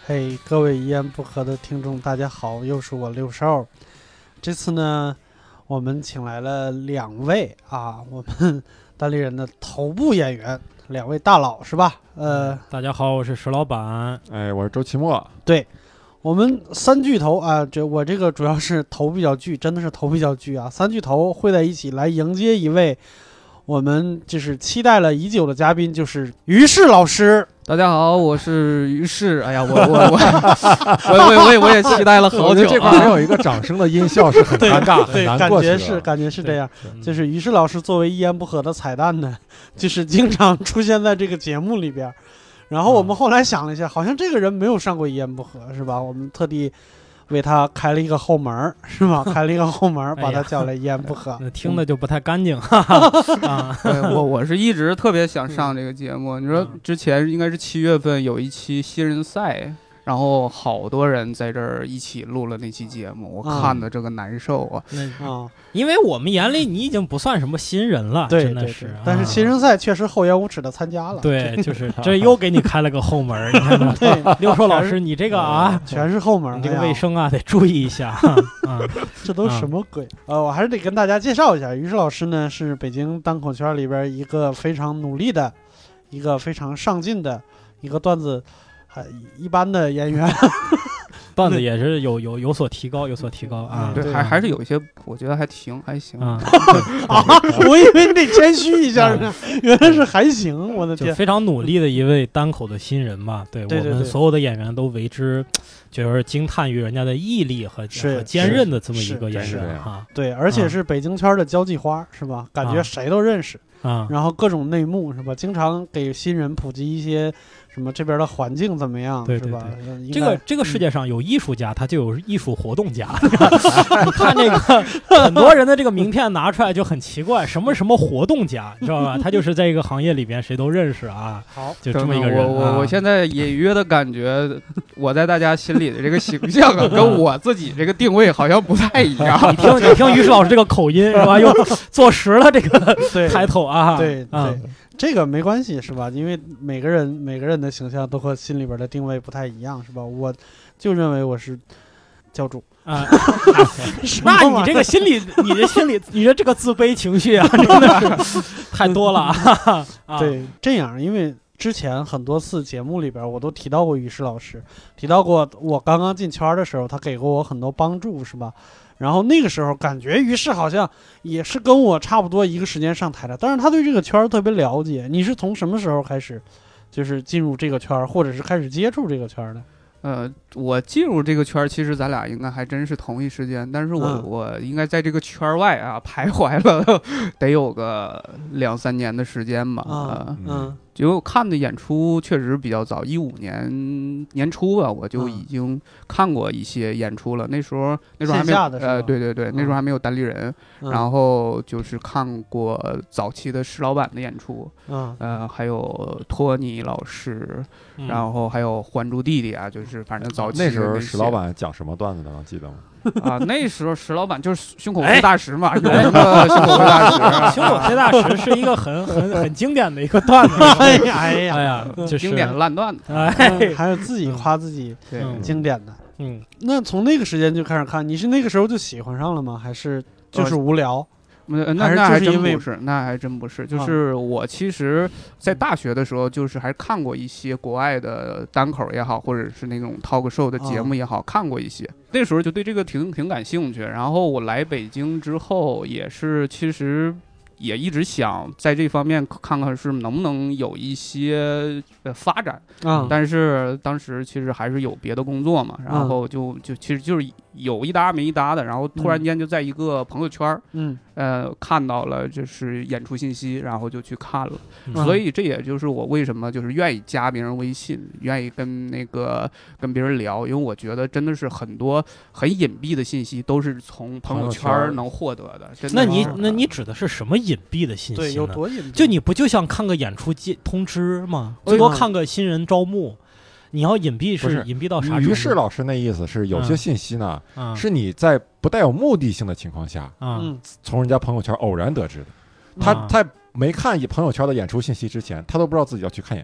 嘿，各位一言不合的听众，大家好，又是我六少。这次呢，我们请来了两位啊，我们单立人的头部演员，两位大佬是吧？ 大家好，我是石老板。 哎，我是周奇墨。 对，我们三巨头啊，我这个主要是头比较巨，真的是头比较巨啊。三巨头会在一起来迎接一位我们就是期待了已久的嘉宾，就是于适老师。 大家好，我是于适。哎呀，我也期待了好久。 这块没有一个掌声的音效是很尴尬，很难过去的。 感觉是这样。就是于适老师作为一言不合的彩蛋呢，就是经常出现在这个节目里边。然后我们后来想了一下，好像这个人没有上过一言不合，是吧？我们特地为他开了一个后门，是吧？开了一个后门，把他叫来一言不合。 那听的就不太干净，哈哈啊！ 我是一直特别想上这个节目。你说之前应该是7月份有一期新人赛，然后好多人在这儿一起录了那期节目，我看的这个难受啊！ 因为我们眼里你已经不算什么新人了， 对， 真的是。 但是新人赛确实厚颜无耻的参加了。 对，就是这又给你开了个后门，你看对， 六硕老师，你这个啊， 全是后门， 你这个卫生啊得注意一下。 这都什么鬼？我还是得跟大家介绍一下，于适老师呢是北京单口圈里边一个非常努力的、一个非常上进的一个段子一般的演员。 段子也是有所提高，有所提高啊！ 对，还是有一些，我觉得还行啊。 我以为你得谦虚一下呢，原来是还行，我的天！ 非常努力的一位单口的新人嘛，对我们所有的演员都为之，就是惊叹于人家的毅力和坚韧的这么一个演员哈。 对，而且是北京圈的交际花，是吧？感觉谁都认识啊。 然后各种内幕是吧？经常给新人普及一些。什么这边的环境怎么样？ 对是吧？ 这个世界上有艺术家，他就有艺术活动家。你看这个很多人的这个名片拿出来就很奇怪，什么活动家，你知道吧？他就是在一个行业里边谁都认识啊。 好， 就这么一个人。 我现在隐约的感觉，我在大家心里的这个形象啊，跟我自己这个定位好像不太一样。 你听于适老师这个口音是吧？又坐实了这个抬头啊。 对。这个没关系是吧？因为每个人的形象都和心里边的定位不太一样是吧？我就认为我是教主啊。那你这个心理，你的这个自卑情绪啊，真的是太多了啊。 对，这样，因为之前很多次节目里边我都提到过于适老师，提到过我刚刚进圈的时候，他给过我很多帮助是吧？然后那个时候感觉于适好像也是跟我差不多一个时间上台的，但是他对这个圈特别了解。你是从什么时候开始就是进入这个圈，或者是开始接触这个圈的？ 我进入这个圈，其实咱俩应该还真是同一时间，但是我应该在这个圈外啊徘徊了得有个2-3年的时间吧。因为我看的演出确实比较早，15年年初吧，我就已经看过一些演出了。那时候还没有对，那时候还没有单立人，然后就是看过早期的石老板的演出，还有托尼老师，然后还有还珠弟弟啊，就是反正早期那时候石老板讲什么段子的，能记得吗？ 那时候石老板就是胸口碎大石嘛，有什么胸口碎大石？ 胸口碎大石是一个很经典的一个段子。 哎呀， 就是经典的烂段子。 还有自己夸自己，经典的。那从那个时间就开始看，你是那个时候就喜欢上了吗？还是就是无聊？ 那还真不是，那还真不是。就是我其实，在大学的时候，就是还看过一些国外的单口也好，或者是那种 talk show 的节目也好，看过一些。那时候就对这个挺感兴趣。然后我来北京之后，也是其实也一直想在这方面看看是能不能有一些发展。但是当时其实还是有别的工作嘛，然后就其实就是有一搭没一搭的，然后突然间就在一个朋友圈看到了就是演出信息，然后就去看了。所以这也就是我为什么就是愿意加别人微信，愿意跟别人聊，因为我觉得真的是很多很隐蔽的信息都是从朋友圈能获得的。 那你指的是什么隐蔽的信息呢？ 对，有多隐蔽？ 就你不就像看个演出通知吗？最多看个新人招募。你要隐蔽是隐蔽到啥程度？ 于适老师那意思是有些信息呢，是你在不带有目的性的情况下，从人家朋友圈偶然得知的。他没看朋友圈的演出信息之前，他都不知道自己要去看演出。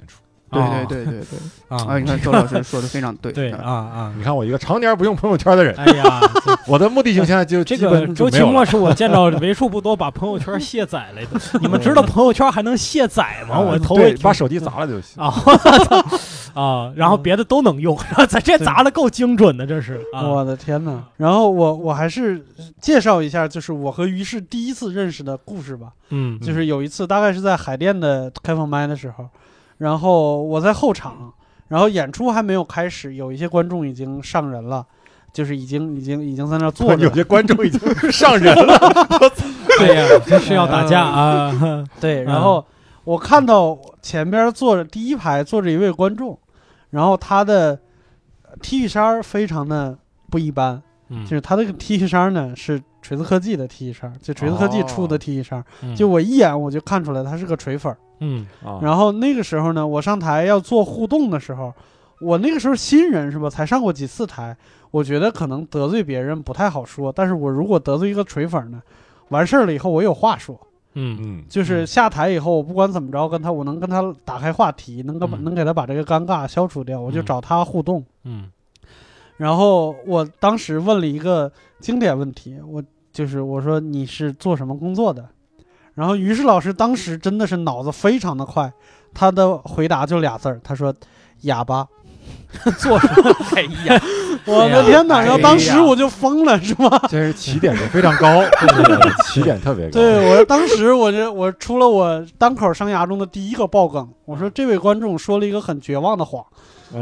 对啊！你看周老师说的非常对， 对你看我一个常年不用朋友圈的人， 哎呀， 我的目的性现在就这个周期末是我见到为数不多把朋友圈卸载了的。你们知道朋友圈还能卸载吗？我头回把手机砸了就行啊，然后别的都能用，咱这砸的够精准的，这是我的天哪！然后我还是介绍一下，就是我和于适第一次认识的故事吧。就是有一次大概是在海淀的开放麦的时候。然后我在后场，然后演出还没有开始，有一些观众已经上人了，就是已经在那坐着。 有些观众已经上人了， 对呀，这是要打架啊！ 对，然后我看到前边坐着第一排坐着一位观众，然后他的 T 恤衫非常的不一般，就是他这个 T 恤衫呢是锤子科技的 T 恤衫，就锤子科技出的 T 恤衫，就我一眼我就看出来他是个锤粉。然后那个时候呢，我上台要做互动的时候，我那个时候新人是吧，才上过几次台，我觉得可能得罪别人不太好说，但是我如果得罪一个锤粉呢，完事儿了以后我有话说，就是下台以后我不管怎么着我能跟他打开话题，能给他把这个尴尬消除掉，我就找他互动。然后我当时问了一个经典问题，我说你是做什么工作的？然后于适老师当时真的是脑子非常的快，他的回答就俩字儿，他说哑巴。 做什么？哎呀， 我的天哪！然后当时我就疯了，是吧？ 这是起点就非常高，起点特别高。 对，当时我出了我单口生涯中的第一个爆梗，我说这位观众说了一个很绝望的谎，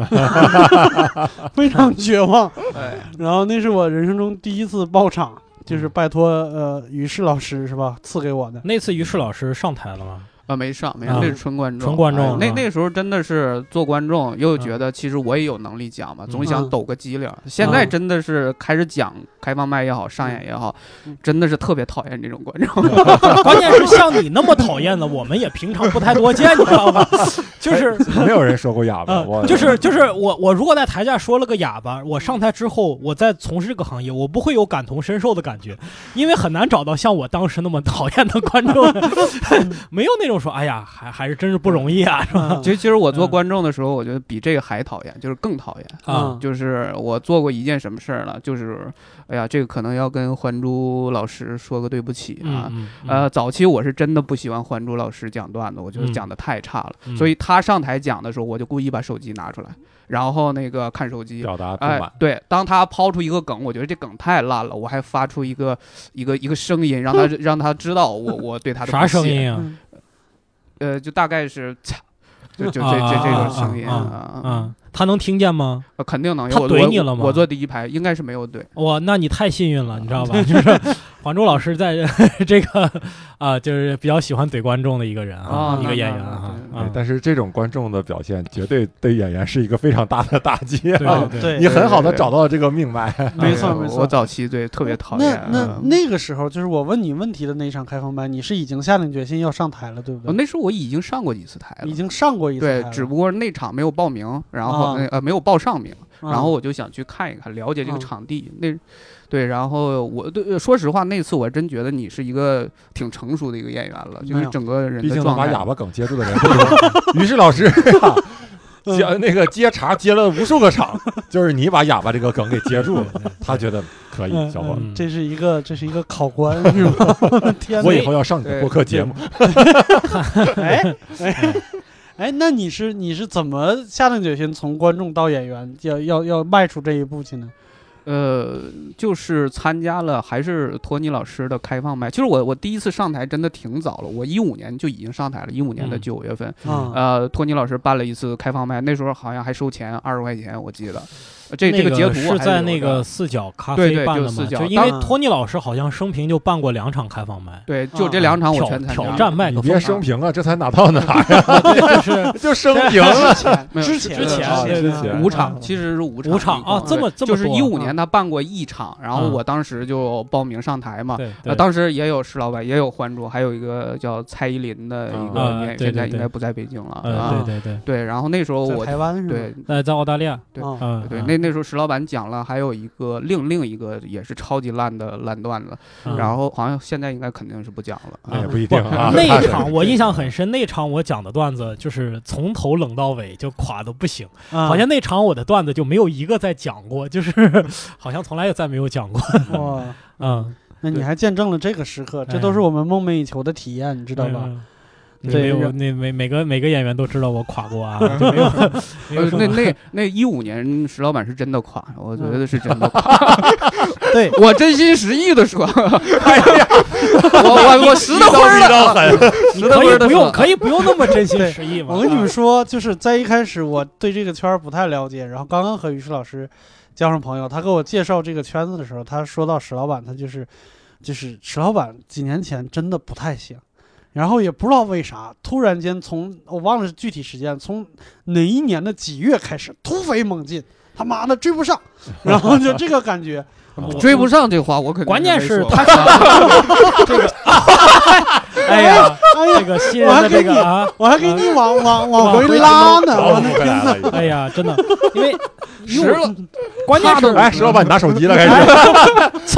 非常绝望。然后那是我人生中第一次爆场。就是拜托于适老师是吧赐给我的。 那次于适老师上台了吗？ 没上，那是纯观众。 纯观众， 那时候真的是做观众，又觉得其实我也有能力讲嘛，总想抖个机灵。现在真的是开始讲开放麦也好，上演也好，真的是特别讨厌这种观众。 关键是像你那么讨厌的，我们也平常不太多见，你知道吧？就是没有人说过哑巴。 就是我如果在台下说了个哑巴，我上台之后，我在从事这个行业，我不会有感同身受的感觉，因为很难找到像我当时那么讨厌的观众，没有那种。说哎呀，还是真是不容易啊，是吧？ 其实我做观众的时候，我觉得比这个还讨厌，就是更讨厌啊！ 就是我做过一件什么事儿呢？就是哎呀，这个可能要跟还珠老师说个对不起啊。早期我是真的不喜欢还珠老师讲段子，我觉得讲的太差了，所以他上台讲的时候，我就故意把手机拿出来，然后那个看手机表达不满。 对，当他抛出一个梗，我觉得这梗太烂了，我还发出一个声音，让他知道我对他的不屑。 啥声音啊？ 就大概是，就这种声音他能听见吗？ 肯定能。 他怼你了吗？ 我坐第一排，应该是没有怼。 哇，那你太幸运了，你知道吧？就是还珠老师在这个就是比较喜欢怼观众的一个人一个演员但是这种观众的表现，绝对对演员是一个非常大的打击。 对， 你很好的找到了这个命脉。 没错。 我早期特别讨厌。 那个时候，就是我问你问题的那一场开放麦，你是已经下定决心要上台了，对不对？ 那时候我已经上过几次台了， 已经上过一次台。 对，只不过那场没有报名，然后没有报上名，然后我就想去看一看，了解这个场地。对，然后说实话，那次我真觉得你是一个挺成熟的一个演员了，就是整个人的状态。毕竟能把哑巴梗接住的人不多。于适老师那个接茬接了无数个场，就是你把哑巴这个梗给接住了，他觉得可以，小伙子。 这是一个考官是吧？天， 我以后要上你的播客节目。 那你是怎么下定决心从观众到演员，要迈出这一步去呢？ 就是参加了还是托尼老师的开放麦。就是我第一次上台真的挺早了，我15年就已经上台了，15年的9月份。托尼老师办了一次开放麦，那时候好像还收钱20块钱，我记得。这个截图是在那个四角咖啡办的吗？就因为托尼老师好像生平就办过2场开放麦。 对，就这2场我全参加。 挑战麦克风。 你别生平啊，这才哪到哪呀？就生平了。 之前 5场，其实是5场啊，这么就是15年年他办过1场，然后我当时就报名上台嘛。当时也有石老板，也有欢竹，还有一个叫蔡依林的一个演员，现在应该不在北京了。对，然后那时候我台湾是对， 在澳大利亚。 对，那时候石老板讲了，还有一个另一个也是超级烂的烂段子，然后好像现在应该肯定是不讲了。 也不一定啊。 那场我印象很深，那场我讲的段子就是从头冷到尾就垮的不行，好像那场我的段子就没有一个再讲过，就是好像从来也再没有讲过。 哇，那你还见证了这个时刻，这都是我们梦寐以求的体验，你知道吧？ 对，那每个演员都知道我垮过啊。 那15年石老板是真的垮，我觉得是真的垮。 对， 我真心实意的说，哎呀，我实的灰了， 你可以不用那么真心实意嘛。 我跟你们说，就是在一开始我对这个圈不太了解，然后刚刚和于适老师交上朋友，他给我介绍这个圈子的时候，他说到石老板，他就是石老板几年前真的不太行。然后也不知道为啥，突然间我忘了具体时间，从哪一年的几月开始突飞猛进，他妈的追不上，然后就这个感觉， 追不上这话我肯定关键是他这个，哎呀，这个新人的这个啊， 我还给你往回拉呢，我的天哪！ 哎呀，真的，因为石了， 关键是哎，石老板你拿手机了开始。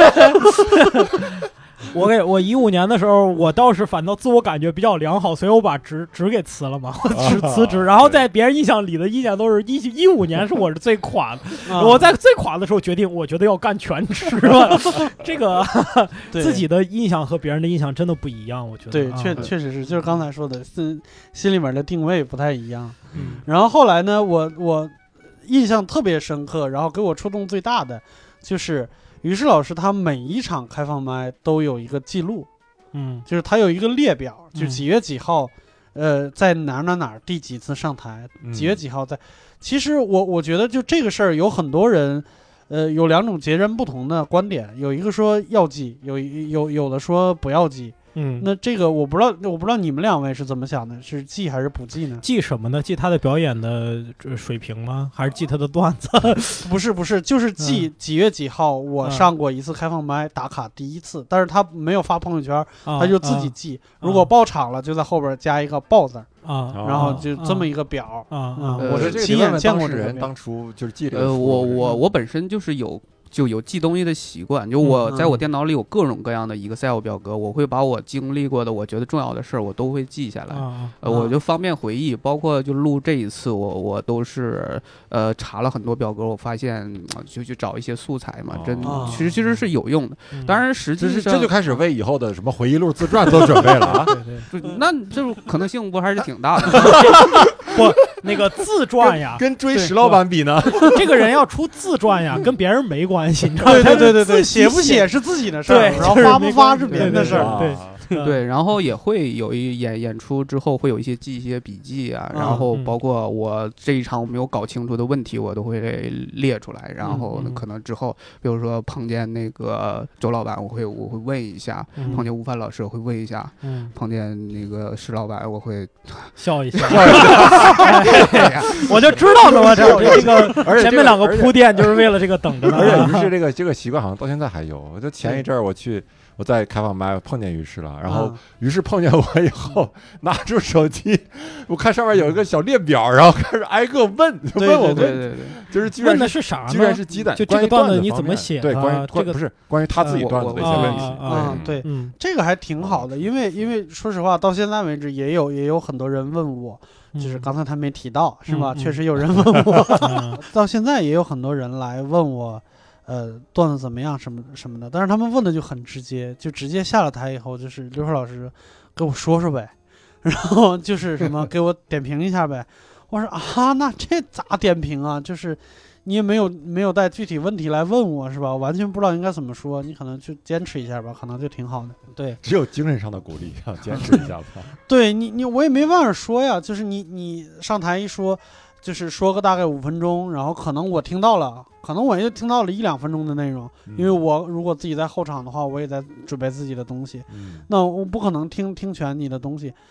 我15年的时候，我倒是反倒自我感觉比较良好，所以我把职给辞了嘛，我辞职，然后在别人印象里的印象都是15年我是最垮的，我在最垮的时候决定，我觉得要干全职了，这个自己的印象和别人的印象真的不一样，我觉得对，确实是，就是刚才说的，心里面的定位不太一样。然后后来呢，我印象特别深刻，然后给我触动最大的就是于适老师他每一场开放麦都有一个记录，就是他有一个列表，就几月几号，在哪第几次上台，几月几号在。其实我觉得就这个事儿有很多人，有2种截然不同的观点，有一个说要记，有的说不要记。那这个我不知道你们2位是怎么想的，是记还是不记呢？ 记什么呢？记他的表演的水平吗？还是记他的段子？ 不是，就是记几月几号我上过一次开放麦打卡第1次，但是他没有发朋友圈，他就自己记。如果爆场了，就在后边加一个爆字然后就这么一个表我是亲眼见过这个人。 当初就是记这个。 我本身就是有记东西的习惯，就我在我电脑里有各种各样的 Excel 表格，我会把我经历过的我觉得重要的事儿我都会记下来，我就方便回忆。包括就录这一次，我都是查了很多表格，我发现就去找一些素材嘛，其实是有用的。当然实际上这就开始为以后的什么回忆录、自传都准备了啊。 对，那这可能性不还是挺大的。 不，那个自传呀， 跟追石老板比呢， 这个人要出自传呀，跟别人没关系，你知道吗？对，写不写是自己的事儿，然后发不发是别人的事儿。 对，然后也会有演出之后会有记一些笔记啊，然后包括我这一场我没有搞清楚的问题，我都会列出来，然后可能之后比如说碰见那个周老板，我会问一下，碰见吴凡老师我会问一下，碰见那个石老板我会笑一下。我就知道了，我这个前面2个铺垫就是为了这个等着呢。 而且于是这个习惯好像到现在还有。就前一阵儿我在开放麦碰见于适了，然后于适碰见我以后拿出手机，我看上面有一个小列表，然后开始挨个问我对， 就是居问的是啥呢？ 居然是鸡蛋， 就这个段子你怎么写？ 对，关于他自己段子的一些问题。 对，这个还挺好的，因为说实话，到现在为止也有很多人问我。就是刚才他没提到是吧？确实有人问我，到现在也有很多人来问我，段子怎么样什么的，但是他们问的就很直接，就直接下了台以后就是刘硕老师给我说呗，然后就是什么给我点评一下呗。我说啊，那这咋点评啊？就是你也没有带具体问题来问我是吧？我完全不知道应该怎么说，你可能就坚持一下吧，可能就挺好的。对， 只有精神上的鼓励，坚持一下吧。 对你我也没办法说呀，就是你上台一说，就是说个大概5分钟，然后可能我听到了，可能我也听到了1-2分钟的内容，因为我如果自己在后场的话，我也在准备自己的东西，那我不可能听全你的东西。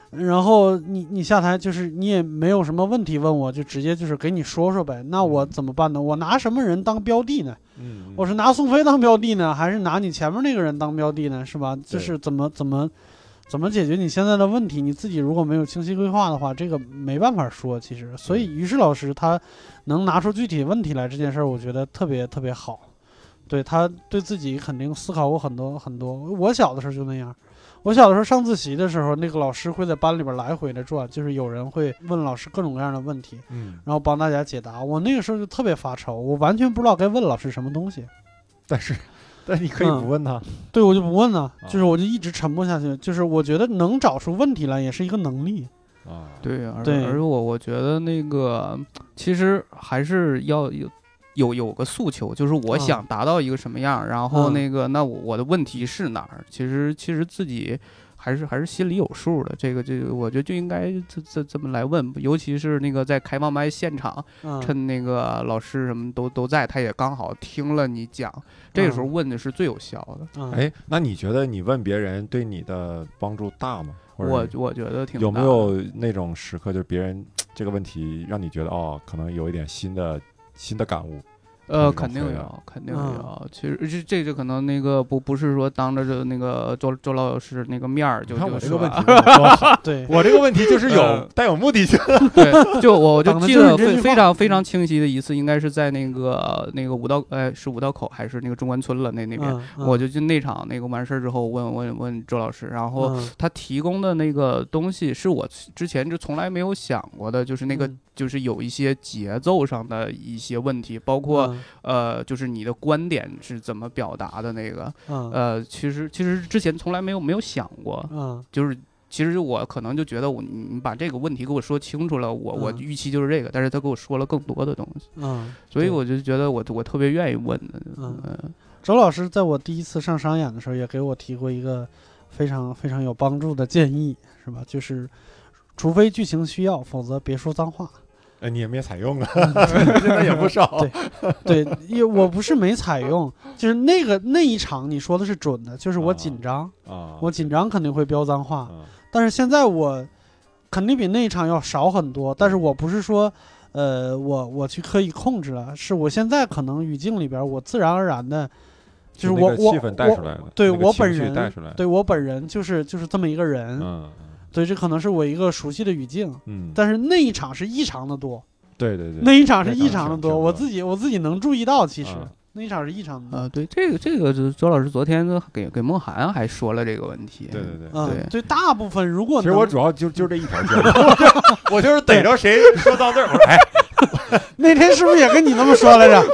然后你下台就是你也没有什么问题问我，就直接就是给你说说呗。那我怎么办呢？我拿什么人当标的呢？我是拿宋飞当标的呢，还是拿你前面那个人当标的呢？是吧？就是怎么解决你现在的问题？你自己如果没有清晰规划的话，这个没办法说。其实，所以于适老师他能拿出具体问题来这件事儿，我觉得特别特别好。对，他对自己肯定思考过很多很多。我小的时候就那样。我小的时候上自习的时候，那个老师会在班里边来回的转，就是有人会问老师各种各样的问题，然后帮大家解答。我那个时候就特别发愁，我完全不知道该问老师什么东西。 但你可以不问他。 对，我就不问了，就是我就一直沉默下去。就是我觉得能找出问题来也是一个能力。 对，而我觉得那个其实还是要有个诉求，就是我想达到一个什么样，然后那个那我的问题是哪儿？其实自己还是心里有数的。这个我觉得就应该这么来问，尤其是那个在开放麦现场，趁那个老师什么都在，他也刚好听了你讲，这个时候问的是最有效的。 那你觉得你问别人对你的帮助大吗？ 我觉得挺大的。 有没有那种时刻，就是别人这个问题让你觉得可能有一点新的感悟？ 肯定有。其实这就可能那个不是说当着这那个周老师那个面儿就我这个问题对， 我这个问题就是带有目的性。 对，就我就记得非常非常清晰的一次，应该是在那个是五道口还是那个中关村了那边，我就那场那个完事之后问周老师，然后他提供的那个东西是我之前就从来没有想过的，就是那个就是有一些节奏上的一些问题，包括就是你的观点是怎么表达的那个，其实之前从来没有想过，就是其实我可能就觉得你把这个问题给我说清楚了，我预期就是这个，但是他给我说了更多的东西，所以我就觉得我特别愿意问的。 周老师在我第一次上商演的时候也给我提过一个非常非常有帮助的建议，是吧？就是除非剧情需要，否则别说脏话。 你也没采用啊，现在也不少。 对，因为我不是没采用，就是那一场你说的是准的，就是我紧张我紧张肯定会飙脏话，但是现在我肯定比那一场要少很多。但是我不是说我去刻意控制了，是我现在可能语境里边我自然而然的，就是我气氛带出来的， 对我本人就是这么一个人。对，这可能是我一个熟悉的语境，但是那一场是异常的多， 对， 那一场是异常的多，我自己能注意到，其实那一场是异常的多。 对，这个周老师昨天给梦涵还说了这个问题， 对，大部分如果其实我主要就这一条线，我就是逮着谁说到这儿， 那天是不是也跟你那么说来着？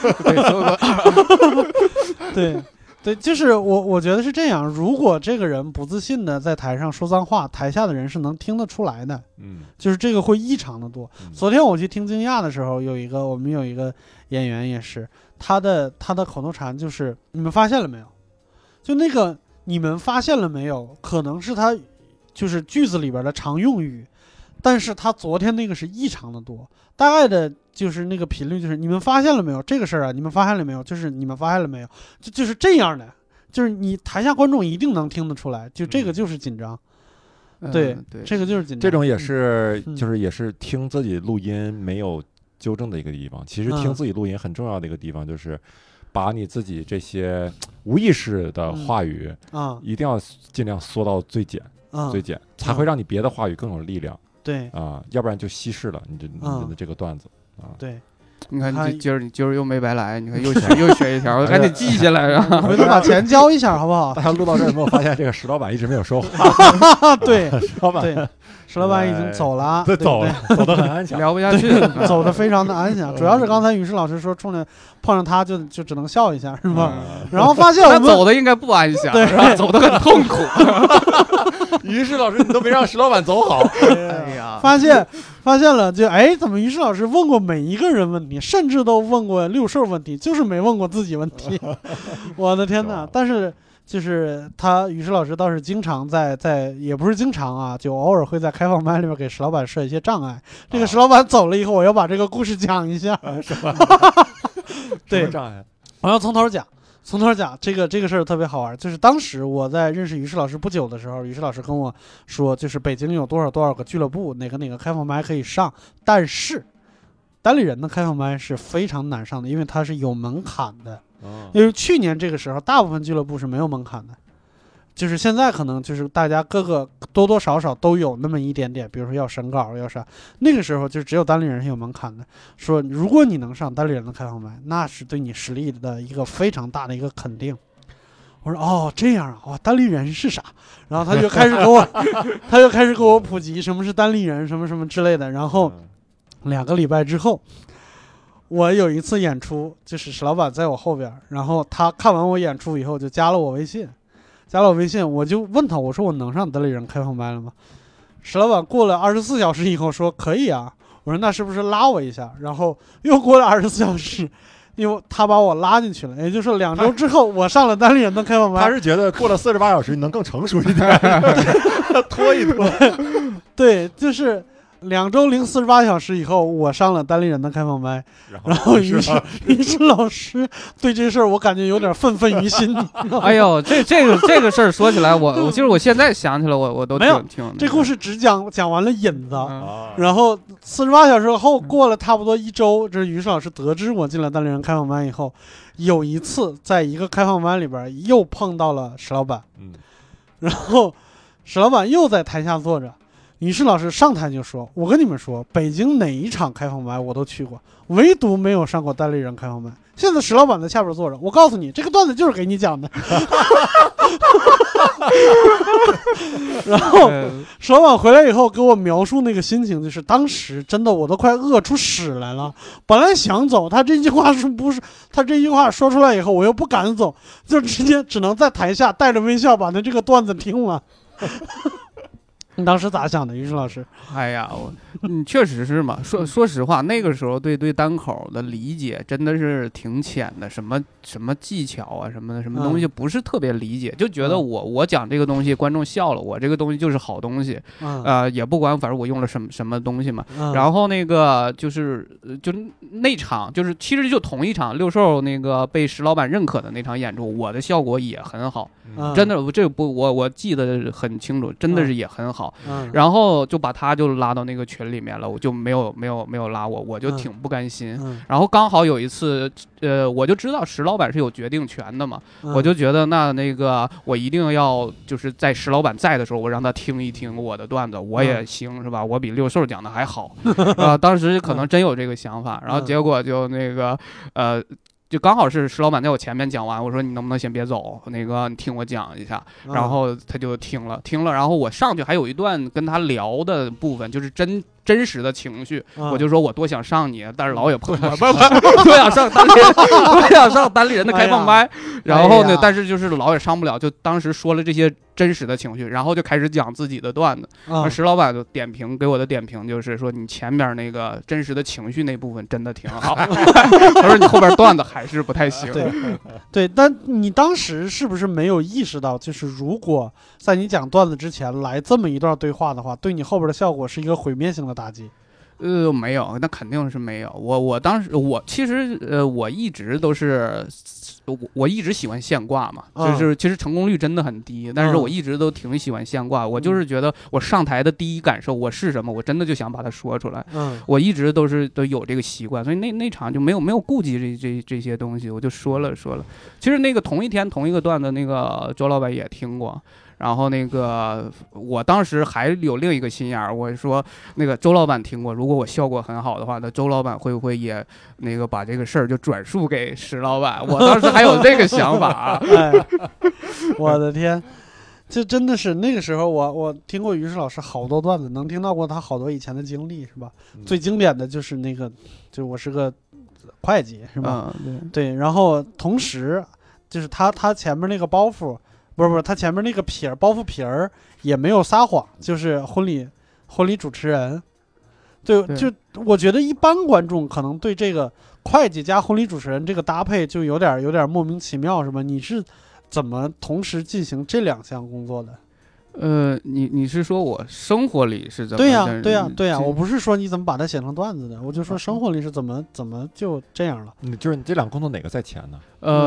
对，就是我觉得是这样。如果这个人不自信的在台上说脏话，台下的人是能听得出来的。就是这个会异常的多。昨天我去听惊讶的时候，我们有一个演员也是，他的口头禅就是你们发现了没有？就那个你们发现了没有？可能是他就是句子里边的常用语，但是他昨天那个是异常的多，大概的。就是那个频率，就是你们发现了没有这个事儿啊？你们发现了没有？就是你们发现了没有？就是这样的，就是你台下观众一定能听得出来，就这个就是紧张，对，这个就是紧张。 这种也是，就是也是听自己录音没有纠正的一个地方。其实听自己录音很重要的一个地方，就是把你自己这些无意识的话语一定要尽量缩到最简，才会让你别的话语更有力量。 对要不然就稀释了你的这个段子。 对， 你看今儿又没白来，你看又学一条，赶紧记下来啊！ 回头把钱交一下好不好？ 大家录到这儿有没有发现这个石老板一直没有说话？ 对，石老板已经走了， 走得很安详， 聊不下去， 走得非常的安详。主要是刚才于适老师说冲着碰上他就只能笑一下，是吧？然后发现我们走的应该不安详， 对， 走得很痛苦。 于适老师，你都没让石老板走好。 哎呀，发现了，就怎么于适老师问过每一个人问题，甚至都问过六兽问题，就是没问过自己问题。我的天哪！但是就是于适老师倒是经常在也不是经常啊，就偶尔会在开放麦里面给石老板设一些障碍。这个石老板走了以后，我要把这个故事讲一下。 是吧？ 对， 障碍， 我要从头讲。 从头讲这个事儿特别好玩，就是当时我在认识于适老师不久的时候，于适老师跟我说，就是北京有多少个俱乐部，哪个开放麦可以上，但是单立人的开放麦是非常难上的，因为它是有门槛的。因为去年这个时候，大部分俱乐部是没有门槛的。就是现在可能就是大家各个多多少少都有那么一点点，比如说要审稿要啥，那个时候就只有单立人是有门槛的。说如果你能上单立人的开放麦，那是对你实力的一个非常大的一个肯定。我说哦这样啊，哇单立人是啥？然后他就开始给我普及什么是单立人，什么什么之类的。然后2个礼拜之后，我有一次演出，就是石老板在我后边，然后他看完我演出以后就加了我微信。我就问他，我说我能上单立人开放麦了吗？石老板过了24小时以后说可以啊。我说那是不是拉我一下？然后又过了24小时，因为他把我拉进去了，也就是2周之后我上了单立人的开放麦。 他是觉得过了48小时你能更成熟一点，拖一拖。 对，就是2周零48小时以后，我上了单立人的开放麦，然后于是老师对这事儿我感觉有点愤于心。 哎呦，这个事儿说起来，我就是我现在想起来，我都没有挺这故事只讲完了引子，然后48小时后过了差不多1周，这于是老师得知我进了单立人开放麦以后，有一次在一个开放麦里边又碰到了石老板，然后石老板又在台下坐着。于是老师上台就说，我跟你们说，北京哪一场开放麦我都去过，唯独没有上过单立人开放麦。现在石老板在下边坐着，我告诉你这个段子就是给你讲的。然后石老板回来以后给我描述那个心情，就是当时真的我都快饿出屎来了，本来想走，他这句话说出来以后我又不敢走，就直接只能在台下带着微笑把他这个段子听完。你当时咋想的，于适老师？ 哎呀，确实是嘛。说实话，那个时候对单口的理解真的是挺浅的，什么技巧啊，什么东西不是特别理解，就觉得我讲这个东西观众笑了，我这个东西就是好东西，也不管反正我用了什么东西嘛。然后那个就那场就是其实就同一场六兽那个被石老板认可的那场演出，我的效果也很好，真的这个不我记得很清楚，真的是也很好。然后就把他就拉到那个群里面了，我就没有拉我就挺不甘心。然后刚好有一次，我就知道石老板是有决定权的嘛，我就觉得那个我一定要就是在石老板在的时候，我让他听一听我的段子，我也行是吧？我比六兽讲的还好，当时可能真有这个想法，然后结果就那个就刚好是石老板在我前面讲完，我说你能不能先别走，那个你听我讲一下，然后他就听了，然后我上去还有一段跟他聊的部分，就是真实的情绪，我就说我多想上你，但是老也碰不多想上单立人的开放麦，然后呢，但是就是老也上不了，就当时说了这些真实的情绪，然后就开始讲自己的段子。石老板就给我的点评就是说，你前边那个真实的情绪那部分真的挺好，他说你后边段子还是不太行。 对，但你当时是不是没有意识到，就是如果在你讲段子之前来这么一段对话的话，对你后边的效果是一个毁灭性的打击？ 没有，那肯定是没有。我当时其实我一直都是。我一直喜欢现挂嘛，就是其实成功率真的很低，但是我一直都挺喜欢现挂。我就是觉得我上台的第一感受我是什么，我真的就想把它说出来。我一直都有这个习惯，所以那场就没有顾及这些东西，我就说了。其实那个同一天同一个段子，那个周老板也听过。然后那个我当时还有另一个心眼儿，我说那个周老板听过，如果我效果很好的话，那周老板会不会也那个把这个事儿就转述给石老板？我当时还有这个想法。 我的天，这真的是那个时候我听过于适老师好多段子，能听到过他好多以前的经历，是吧？最经典的就是那个，就我是个会计，是吧？对，然后同时就是他前面那个包袱。不是，他前面那个包袱皮儿也没有撒谎，就是婚礼主持人。对，就我觉得一般观众可能对这个会计加婚礼主持人这个搭配就有点莫名其妙，是吧？你是怎么同时进行这2项工作的？ 你是说我生活里是怎么？ 对呀，我不是说你怎么把它写成段子的，我就说生活里是怎么就这样了。 就是你这两个工作哪个在前呢？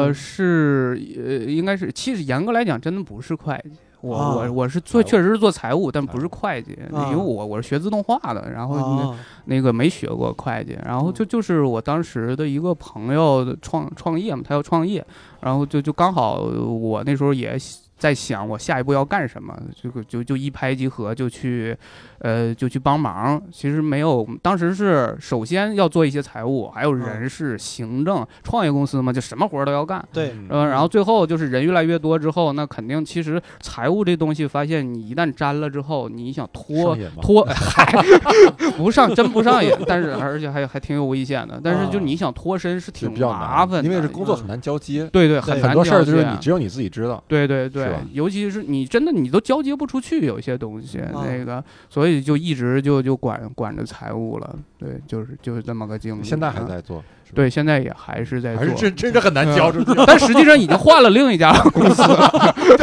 应该是，其实严格来讲，真的不是会计。我是确实是做财务，但不是会计，因为我是学自动化的，然后那个没学过会计，然后就是我当时的一个朋友创业嘛，他要创业，然后就刚好我那时候也在想我下一步要干什么，就一拍即合，就去帮忙。其实没有，当时是首先要做一些财务，还有人事、行政。创业公司嘛，就什么活都要干。 对， 然后最后就是人越来越多之后，那肯定其实财务这东西，发现你一旦沾了之后，你想脱，不上真不上瘾，但是而且还挺有危险的。但是就你想脱身是挺麻烦的， 因为这工作很难交接。 对，很多事儿就是只有你自己知道。 对。尤其是你真的你都交接不出去，有一些东西那个，所以就一直就管着财务了。对，就是这么个经历。 现在还在做？ 对，现在也还是在做， 还是真是很难交出去。 但实际上已经换了另一家公司了，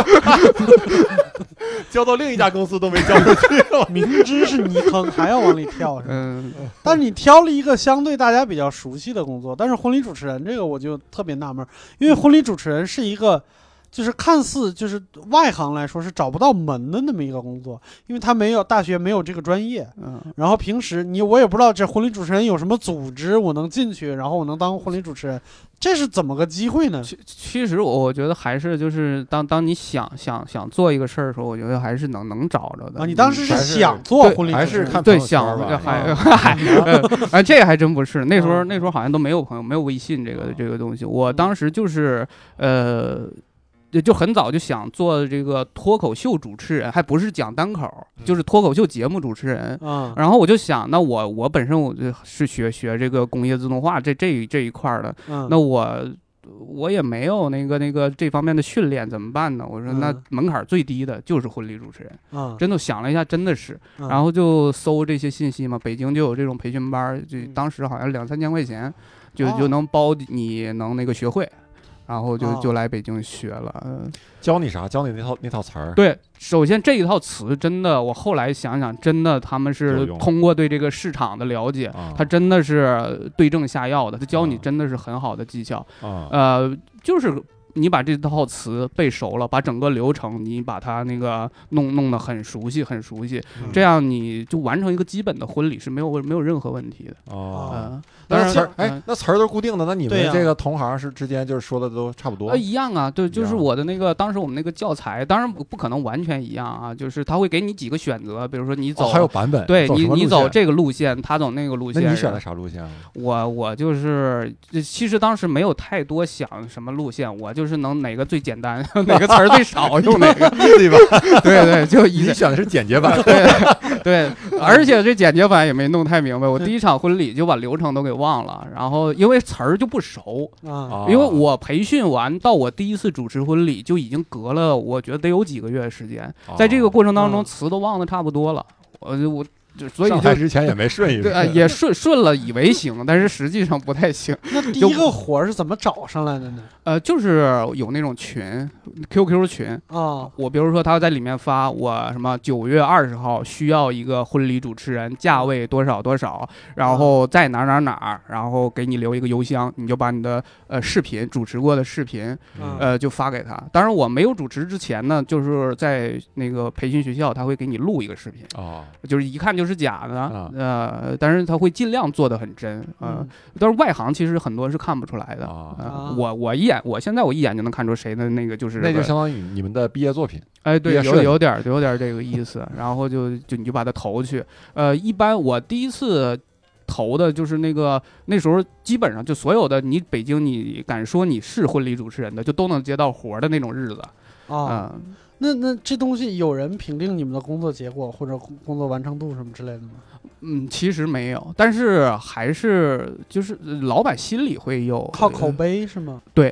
交到另一家公司都没交出去了。 明知是泥坑还要往里跳。但你挑了一个相对大家比较熟悉的工作，但是婚礼主持人这个我就特别纳闷，因为婚礼主持人是一个。就是看似就是外行来说是找不到门的那么一个工作，因为他没有大学没有这个专业，然后平时我也不知道这婚礼主持人有什么组织我能进去，然后我能当婚礼主持人，这是怎么个机会呢？ 其实我觉得还是就是当你想做一个事儿的时候，我觉得还是能找着的。 你当时是想做婚礼主持人， 还是看对想这还真不是，那时候好像都没有朋友，没有微信这个东西。我当时就是就很早就想做这个脱口秀主持人，还不是讲单口，就是脱口秀节目主持人。然后我就想，那我本身我就是学这个工业自动化这一块的，那我也没有那个这方面的训练，怎么办呢？我说那门槛最低的就是婚礼主持人。真的想了一下，真的是，然后就搜这些信息嘛，北京就有这种培训班，就当时好像2-3千块钱就能包你能那个学会。然后就来北京学了。 教你啥？教你那套词儿。 对，首先这一套词真的，我后来想想，真的他们是通过对这个市场的了解，他真的是对症下药的，他教你真的是很好的技巧。就是你把这套词背熟了，把整个流程你把它那个弄得很熟悉，这样你就完成一个基本的婚礼是没有任何问题的。 但是那词儿都是固定的，那你们这个同行是之间就是说的都差不多？ 一样啊，对，就是我的那个当时我们那个教材，当然不可能完全一样啊，就是他会给你几个选择，比如说你走， 还有版本， 对你走这个路线，他走那个路线。 那你选的啥路线啊？ 我就是其实当时没有太多想什么路线，我就是能哪个最简单，哪个词儿最少用哪个 ，easy 吧？ 对，就你选的是简洁版， 对，而且这简洁版也没弄太明白，我第一场婚礼就把流程都给忘了，然后因为词儿就不熟因为我培训完到我第一次主持婚礼就已经隔了，我觉得得有几个月的时间，在这个过程当中词都忘得差不多了，我。所以上台之前也没顺一顺，也顺了，以为行，但是实际上不太行。 那第一个活是怎么找上来的呢？ 就是有那种群 ，QQ 群我比如说他在里面发我什么9月20号需要一个婚礼主持人，价位多少多少，然后在哪儿，然后给你留一个邮箱，你就把你的视频主持过的视频就发给他。当然我没有主持之前呢，就是在那个培训学校，他会给你录一个视频就是一看就是假的但是他会尽量做得很真但是外行其实很多是看不出来的我现在我一眼就能看出谁的那个就是那就相当于你们的毕业作品。 对，有点这个意思。然后你就把它投去。一般我第一次投的就是那时候基本上就所有的你北京你敢说你是婚礼主持人的，就都能接到活的那种日子那这东西有人评定你们的工作结果或者工作完成度什么之类的吗？ 其实没有，但是还是就是老板心里会有靠口碑是吗？ 对。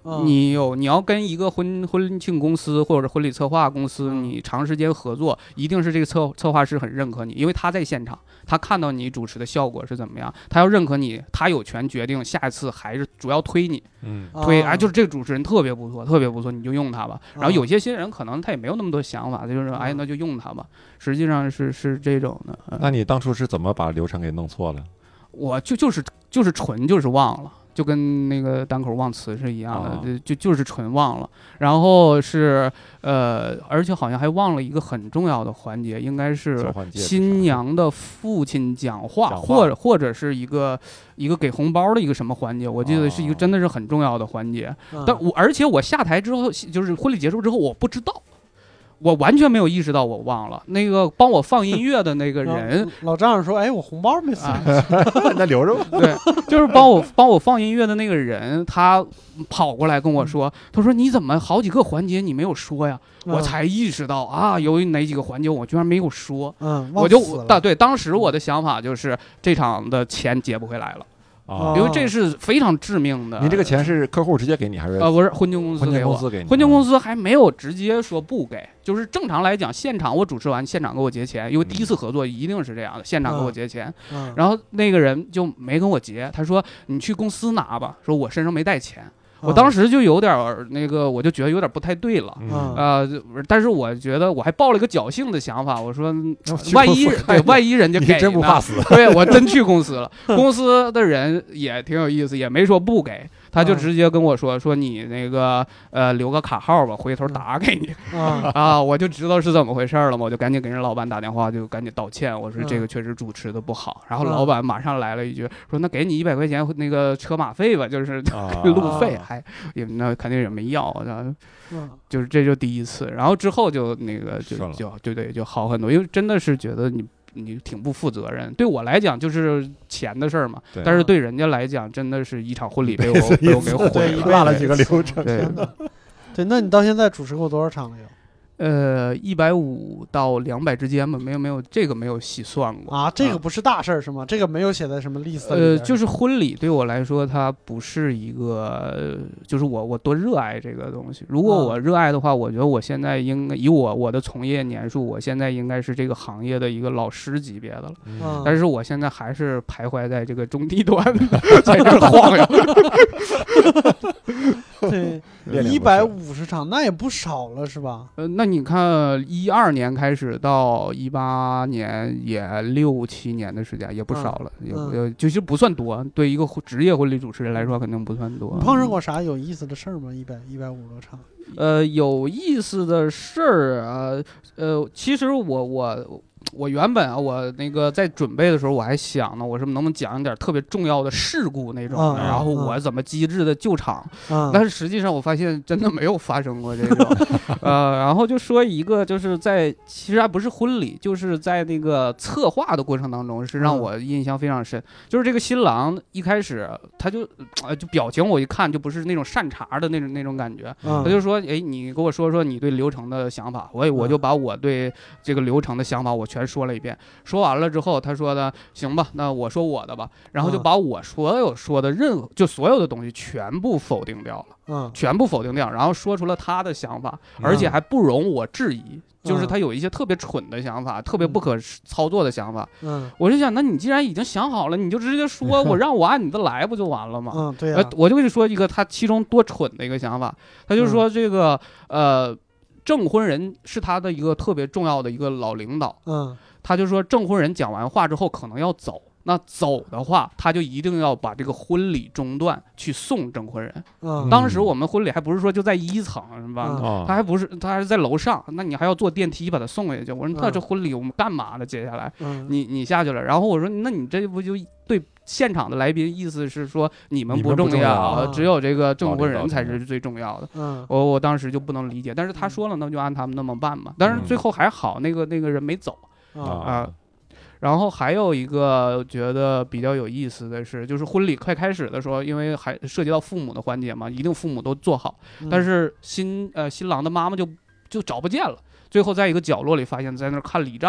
你要跟一个婚庆公司或者婚礼策划公司，你长时间合作，一定是这个策划师很认可你，因为他在现场，他看到你主持的效果是怎么样，他要认可你，他有权决定下一次还是主要推你，就是这个主持人特别不错，特别不错，你就用他吧。然后有些新人可能他也没有那么多想法，就是那就用他吧。实际上是这种的。 那你当初是怎么把流程给弄错了？ 我就是纯就是忘了。就跟那个单口忘词是一样的，就是纯忘了。然后是而且好像还忘了一个很重要的环节，应该是新娘的父亲讲话，或者是一个给红包的一个什么环节，我记得是一个真的是很重要的环节。而且我下台之后，就是婚礼结束之后，我不知道。我完全没有意识到我忘了那个帮我放音乐的那个人， 老丈人说：“哎，我红包没送， 那留着吧。” 对，就是帮我放音乐的那个人，他跑过来跟我说：“他说你怎么好几个环节你没有说呀？”我才意识到啊，有哪几个环节我居然没有说。我就对，当时我的想法就是这场的钱结不回来了。因为这是非常致命的。 你这个钱是客户直接给你还是？ 不是婚庆公司给我。婚庆公司还没有直接说不给，就是正常来讲，现场我主持完，现场给我结钱，因为第一次合作一定是这样的，现场给我结钱。然后那个人就没跟我结，他说你去公司拿吧，说我身上没带钱。我当时就有点那个，我就觉得有点不太对了，但是我觉得我还抱了一个侥幸的想法，我说万一人家给， 你真不怕死？ 对，我真去公司了，公司的人也挺有意思，也没说不给，他就直接跟我说你那个留个卡号吧，回头打给你。我就知道是怎么回事了嘛，我就赶紧给人老板打电话，就赶紧道歉，我说这个确实主持的不好。然后老板马上来了一句，说那给你100块钱那个车马费吧，就是路费。也那肯定也没要，然后就是这就第一次，然后之后就那个就好很多，因为真的是觉得你挺不负责任。对我来讲就是钱的事儿嘛，但是对人家来讲真的是一场婚礼被我给毁了， 落了几个流程。 对，那你到现在主持过多少场了？有 150到200之间吧，没有这个没有细算过啊，这个不是大事儿是吗？这个没有写在什么 list 里就是婚礼对我来说，它不是一个，就是我多热爱这个东西。如果我热爱的话，我觉得我现在应该以我的从业年数，我现在应该是这个行业的一个老师级别的了。但是我现在还是徘徊在这个中低端，在这晃悠。 对，150场那也不少了是吧？ 那你看12年开始到18年也6、7年的时间，也不少了，就是不算多。对一个职业婚礼主持人来说，肯定不算多。 你碰上过啥有意思的事儿吗？150多场？ 有意思的事儿啊，其实我原本啊，我那个在准备的时候，我还想呢，我是能不能讲一点特别重要的事故那种，然后我怎么机智的救场，但是实际上我发现真的没有发生过这种，然后就说一个，就是其实还不是婚礼，就是在那个策划的过程当中，是让我印象非常深，就是这个新郎一开始他就表情我一看就不是那种善茬的那种感觉，他就说，哎，你给我说你对流程的想法，我就把我对这个流程的想法我全说了一遍，说完了之后，他说的行吧，那我说我的吧，然后就把我所有说的所有的东西全部否定掉了，全部否定掉，然后说出了他的想法，而且还不容我质疑，就是他有一些特别蠢的想法，特别不可操作的想法。我就想，那你既然已经想好了，你就直接说，我让我按你的来不就完了吗？ 对呀。 我就跟你说一个他其中多蠢的一个想法，他就说这个证婚人是他的一个特别重要的一个老领导，他就说证婚人讲完话之后可能要走，那走的话他就一定要把这个婚礼中断去送证婚人。当时我们婚礼还不是说就在1层是吧？他还是在楼上，那你还要坐电梯把他送下去。我说那这婚礼我们干嘛呢？接下来你下去了，然后我说那你这不就对现场的来宾意思是说你们不重要，只有这个证婚人才是最重要的。我当时就不能理解，但是他说了，那就按他们那么办吧。但是最后还好，那个人没走啊。然后还有一个觉得比较有意思的是，就是婚礼快开始的时候，因为还涉及到父母的环节嘛，一定父母都做好，但是新郎的妈妈就找不见了，最后在一个角落里发现在那儿看礼账。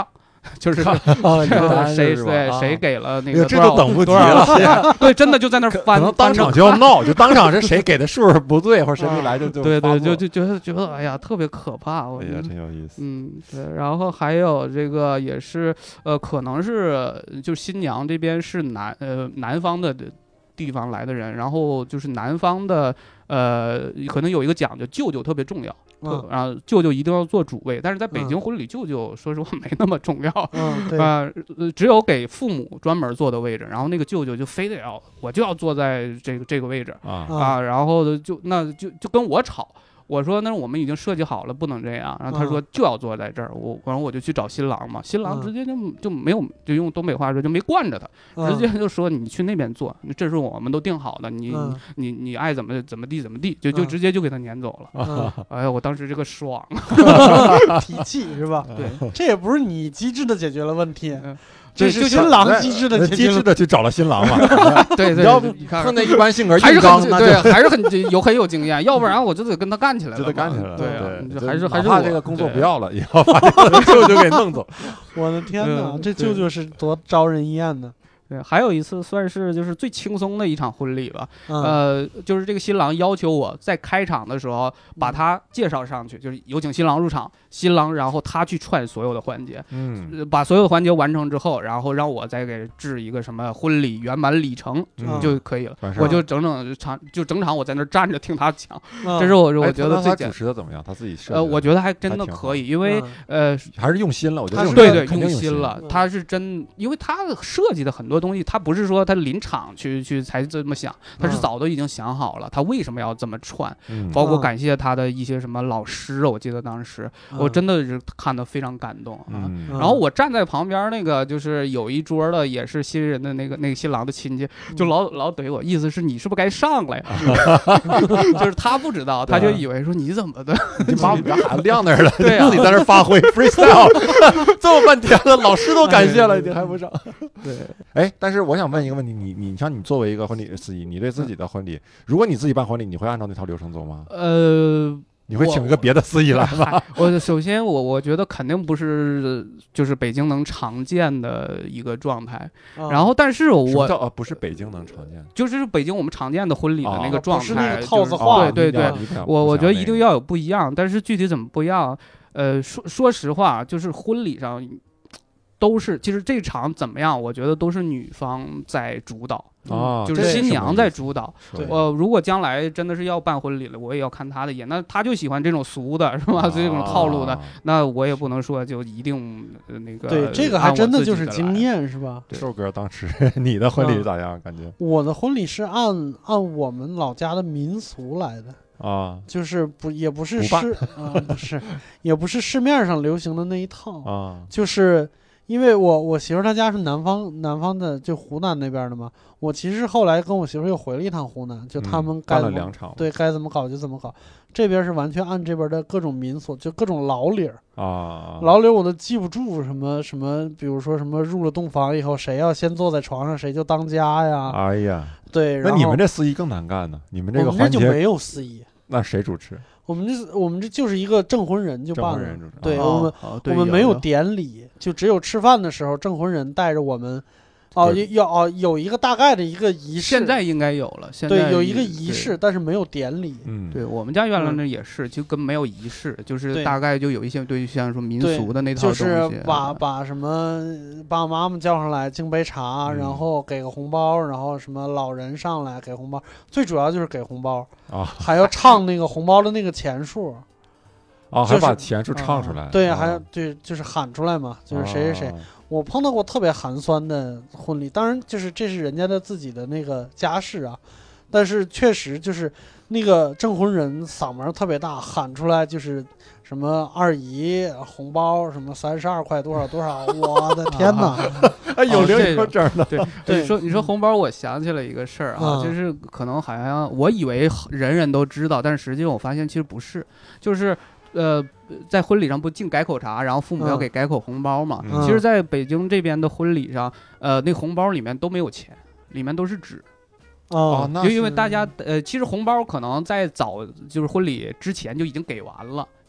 就是谁给了那个这都等不及了， 对，真的就在那翻， 可能当场就要闹，就当场是谁给的数不对，或者谁没来就对，就觉得哎呀特别可怕，我觉得真有意思。 对，然后还有这个也是可能是就是新娘这边是南方的地方来的人，然后就是南方的可能有一个讲究，舅舅特别重要。然后舅舅一定要做主位，但是在北京婚礼，舅舅说实话没那么重要。只有给父母专门坐的位置，然后那个舅舅就非得我就要坐在这个位置然后就跟我吵。我说那我们已经设计好了，不能这样。然后他说就要坐在这儿，然后我就去找新郎嘛，新郎直接就没有，就用东北话说就没惯着他，直接就说你去那边坐，这是我们都定好的，你爱怎么地，就直接就给他撵走了。哎呀，我当时这个爽， 脾气是吧？ 对， 这也不是你机智的解决了问题。 这是新郎机智的去找了新郎嘛？ 对， 你要碰那一般性格还是很很有经验，要不然我就得跟他干起来了。 就得干起来了。 对，还是怕这个工作不要了，以后把这个舅舅给弄走。 我的天哪，这舅舅是多招人厌的。 对，还有一次算是就是最轻松的一场婚礼吧。就是这个新郎要求我在开场的时候把他介绍上去，就是有请新郎入场，新郎然后他去串所有的环节，把所有的环节完成之后，然后让我再给制一个什么婚礼圆满里程就可以了。我就整场我在那站着听他讲，这是我觉得最主持的怎么样？他自己我觉得还真的可以，因为还是用心了，我觉得对用心了，他是真，因为他设计的很多东西，他不是说他临场去才这么想，他是早都已经想好了，他为什么要这么串，包括感谢他的一些什么老师，我记得当时我真的是看得非常感动啊。然后我站在旁边那个就是有一桌的也是新人的那个新郎的亲戚，就老怼我，意思是你是不是该上来呀？就是他不知道，他就以为说你怎么的， 你把我们家孩子晾那儿了， 对自己在那发挥 freestyle， 这么半天了，老师都感谢了，你还不上？ 对， 哎，但是我想问一个问题，你像你作为一个婚礼司仪，你对自己的婚礼，如果你自己办婚礼，你会按照那套流程走吗？你会请一个别的司仪来吗？ 首先我觉得肯定不是就是北京能常见的一个状态，然后但是我不是北京能常见， 就是北京我们常见的婚礼的那个状态， 是那个套子话， 对，我觉得一定要有不一样，但是具体怎么不一样，说实话，就是婚礼上都是，其实这场怎么样，我觉得都是女方在主导。就是新娘在主导。如果将来真的是要办婚礼了，我也要看她的眼。那她就喜欢这种俗的，是吧？这种套路的，那我也不能说就一定那个。 对，这个还真的就是经验，是吧？ 寿哥，当时你的婚礼咋样？感觉我的婚礼是按我们老家的民俗来的。就是也不是也不是市面上流行的那一套就是因为我媳妇她家是南方的，就湖南那边的嘛。我其实后来跟我媳妇又回了一趟湖南，就他们该怎么搞就怎么搞。这边是完全按这边的各种民俗，就各种老理儿老理儿我都记不住什么，比如说什么入了洞房以后，谁要先坐在床上，谁就当家呀。 哎呀， 对。 那你们这司仪更难干呢？你们这个环节就没有司仪， 那谁主持？ 我们这就是一个证婚人就办了。对，我们没有典礼，就只有吃饭的时候，证婚人带着我们。有一个大概的一个仪式， 现在应该有了。 对，有一个仪式，但是没有典礼。 对，我们家原来那也是，就根本没有仪式，就是大概就有一些对像说民俗的那套东西， 就是把什么爸爸妈妈叫上来敬杯茶，然后给个红包，然后什么老人上来给红包，最主要就是给红包还要唱那个红包的那个钱数。 还把钱数唱出来。 对，还对，就是喊出来嘛，就是谁谁谁。我碰到过特别寒酸的婚礼，当然就是这是人家的自己的那个家事啊，但是确实就是那个证婚人嗓门特别大，喊出来就是什么二姨红包什么32块多少多少，我的天哪！ 有零有整的。 对，你说红包，我想起了一个事儿就是可能好像我以为人人都知道，但是实际上我发现其实不是，就是在婚礼上不敬改口茶，然后父母要给改口红包嘛。其实在北京这边的婚礼上，那红包里面都没有钱，里面都是纸。就因为大家其实红包可能在早就是婚礼之前就已经给完了，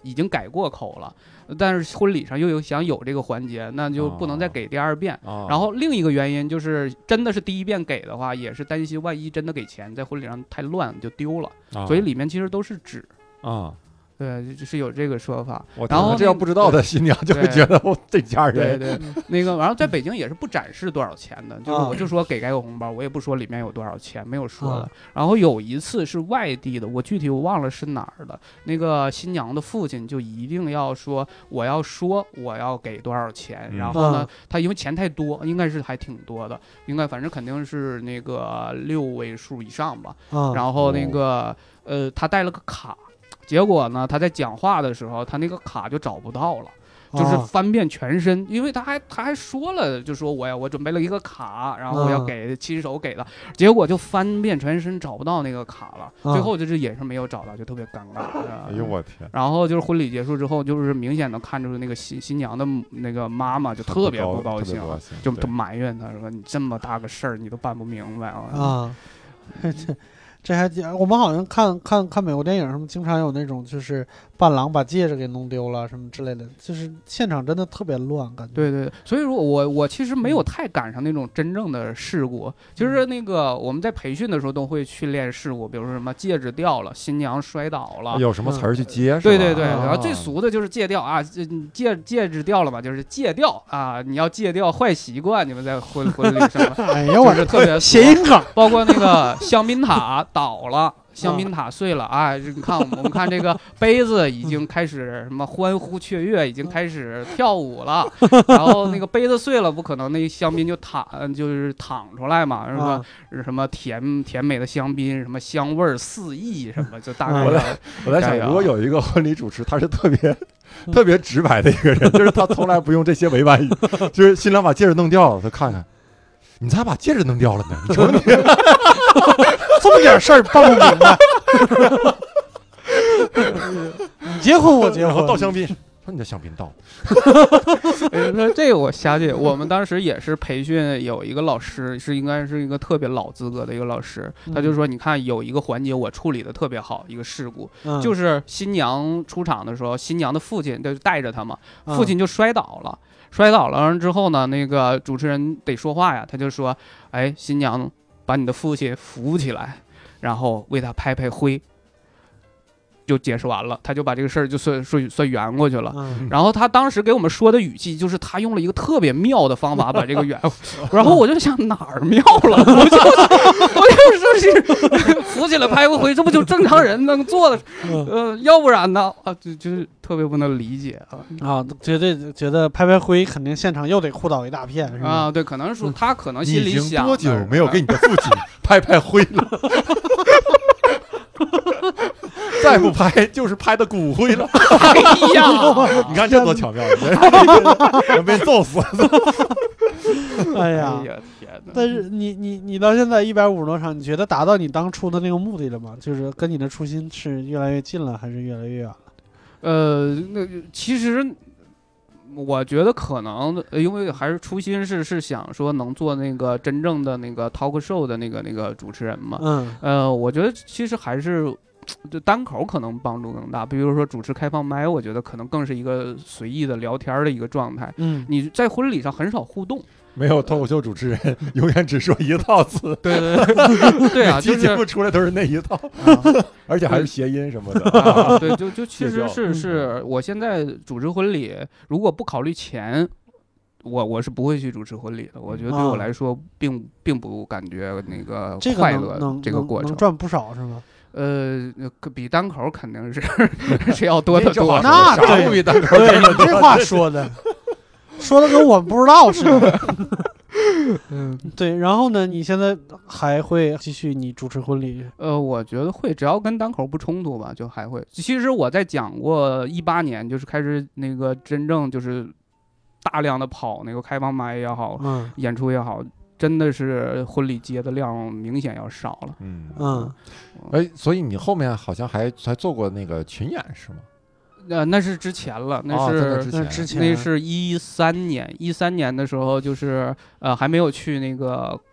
已经改过口了，但是婚礼上又想有这个环节，那就不能再给第2遍。然后另一个原因就是真的是第1遍给的话，也是担心万一真的给钱在婚礼上太乱就丢了，所以里面其实都是纸啊。 对，就是有这个说法。 然后这要不知道的新娘就会觉得这家人对那个，然后在北京也是不展示多少钱的，就是我就说给个红包，我也不说里面有多少钱，没有说的。然后有一次是外地的，我具体我忘了是哪儿的，那个新娘的父亲就一定要说我要给多少钱，然后呢，他因为钱太多，应该是还挺多的，应该反正肯定是那个6位数以上吧。然后那个他带了个卡。结果呢，他在讲话的时候，他那个卡就找不到了，就是翻遍全身，因为他还说了，就说我准备了一个卡，然后我要给亲手给的，结果就翻遍全身找不到那个卡了，最后就是也是没有找到，就特别尴尬。 哎呦我天！ 然后就是婚礼结束之后，就是明显的看出那个新娘的那个妈妈就特别不高兴，就埋怨他说：“你这么大个事儿你都办不明白啊！” 这还我们好像看美国电影什么，经常有那种就是伴郎把戒指给弄丢了什么之类的，就是现场真的特别乱，感觉。 对，所以说我其实没有太赶上那种真正的事故，就是那个我们在培训的时候都会训练事故，比如说什么戒指掉了，新娘摔倒了， 有什么词儿去接？ 对，然后最俗的就是戒掉啊，戒指掉了嘛，就是戒掉啊，你要戒掉坏习惯，你们在婚礼上， 哎呀，我是特别谐音梗， 包括那个香槟塔。倒了，香槟塔碎了啊！你看，我们看这个杯子已经开始什么欢呼雀跃，已经开始跳舞了。然后那个杯子碎了，不可能那香槟就是淌出来嘛，是吧？什么甜美的香槟，什么香味四溢，什么就大概。 我在想，如果有一个婚礼主持，他是特别直白的一个人，就是他从来不用这些委婉语，就是新郎把戒指弄掉了，他看看。你咋把戒指弄掉了呢？你瞅你， 这么点事儿办不明白。你结婚我结婚， 倒香槟，说你的香槟倒。 这个我瞎解。我们当时也是培训，有一个老师应该是一个特别老资格的一个老师，他就说，你看有一个环节我处理的特别好，一个事故，就是新娘出场的时候，新娘的父亲就带着她嘛，父亲就摔倒了。摔倒了之后呢，那个主持人得说话呀，他就说：“哎，新娘，把你的父亲扶起来，然后为他拍拍灰。”就解释完了，他就把这个事儿就算圆过去了。然后他当时给我们说的语气就是他用了一个特别妙的方法把这个圆，然后我就想哪儿妙了？我就说是扶起来拍不回，这不就正常人能做的？要不然呢啊，就是特别不能理解啊，觉得拍拍灰肯定现场又得哭倒一大片是吧？ 啊，对，可能说他可能心里想， 已经多久没有给你的父亲拍拍灰了？再不拍就是拍的骨灰了。 哎呀， 你看这多巧妙，人被揍死。 哎呀， 天哪！ 但是你到现在150多场，你觉得达到你当初的那个目的了吗？就是跟你的初心是越来越近了，还是越来越远了？ 那其实我觉得可能，因为还是初心是想说能做那个真正的那个 talk show 的那个主持人嘛。我觉得其实还是。就单口可能帮助更大，比如说主持开放麦，我觉得可能更是一个随意的聊天的一个状态。你在婚礼上很少互动， 没有脱口秀主持人永远只说一套词。 对啊， 就是节目出来都是那一套，而且还是谐音什么的。 对，就其实是我现在主持婚礼，如果不考虑钱。我是不会去主持婚礼的，我觉得对我来说并不感觉那个快乐这个过程能赚不少是吗？ 比单口肯定是要多得多。 那对， 比单口这话说的跟我们不知道似的。对。然后呢，你现在还会继续你主持婚礼？ 我觉得会，只要跟单口不冲突吧，就还会。其实我在讲过18年，就是开始那个真正就是大量的跑那个开放麦也好，演出也好。真的是婚礼接的量明显要少了。 所以你后面好像还做过那个群演是吗？ 那是之前了，那是13年的时候，就是还没有去那个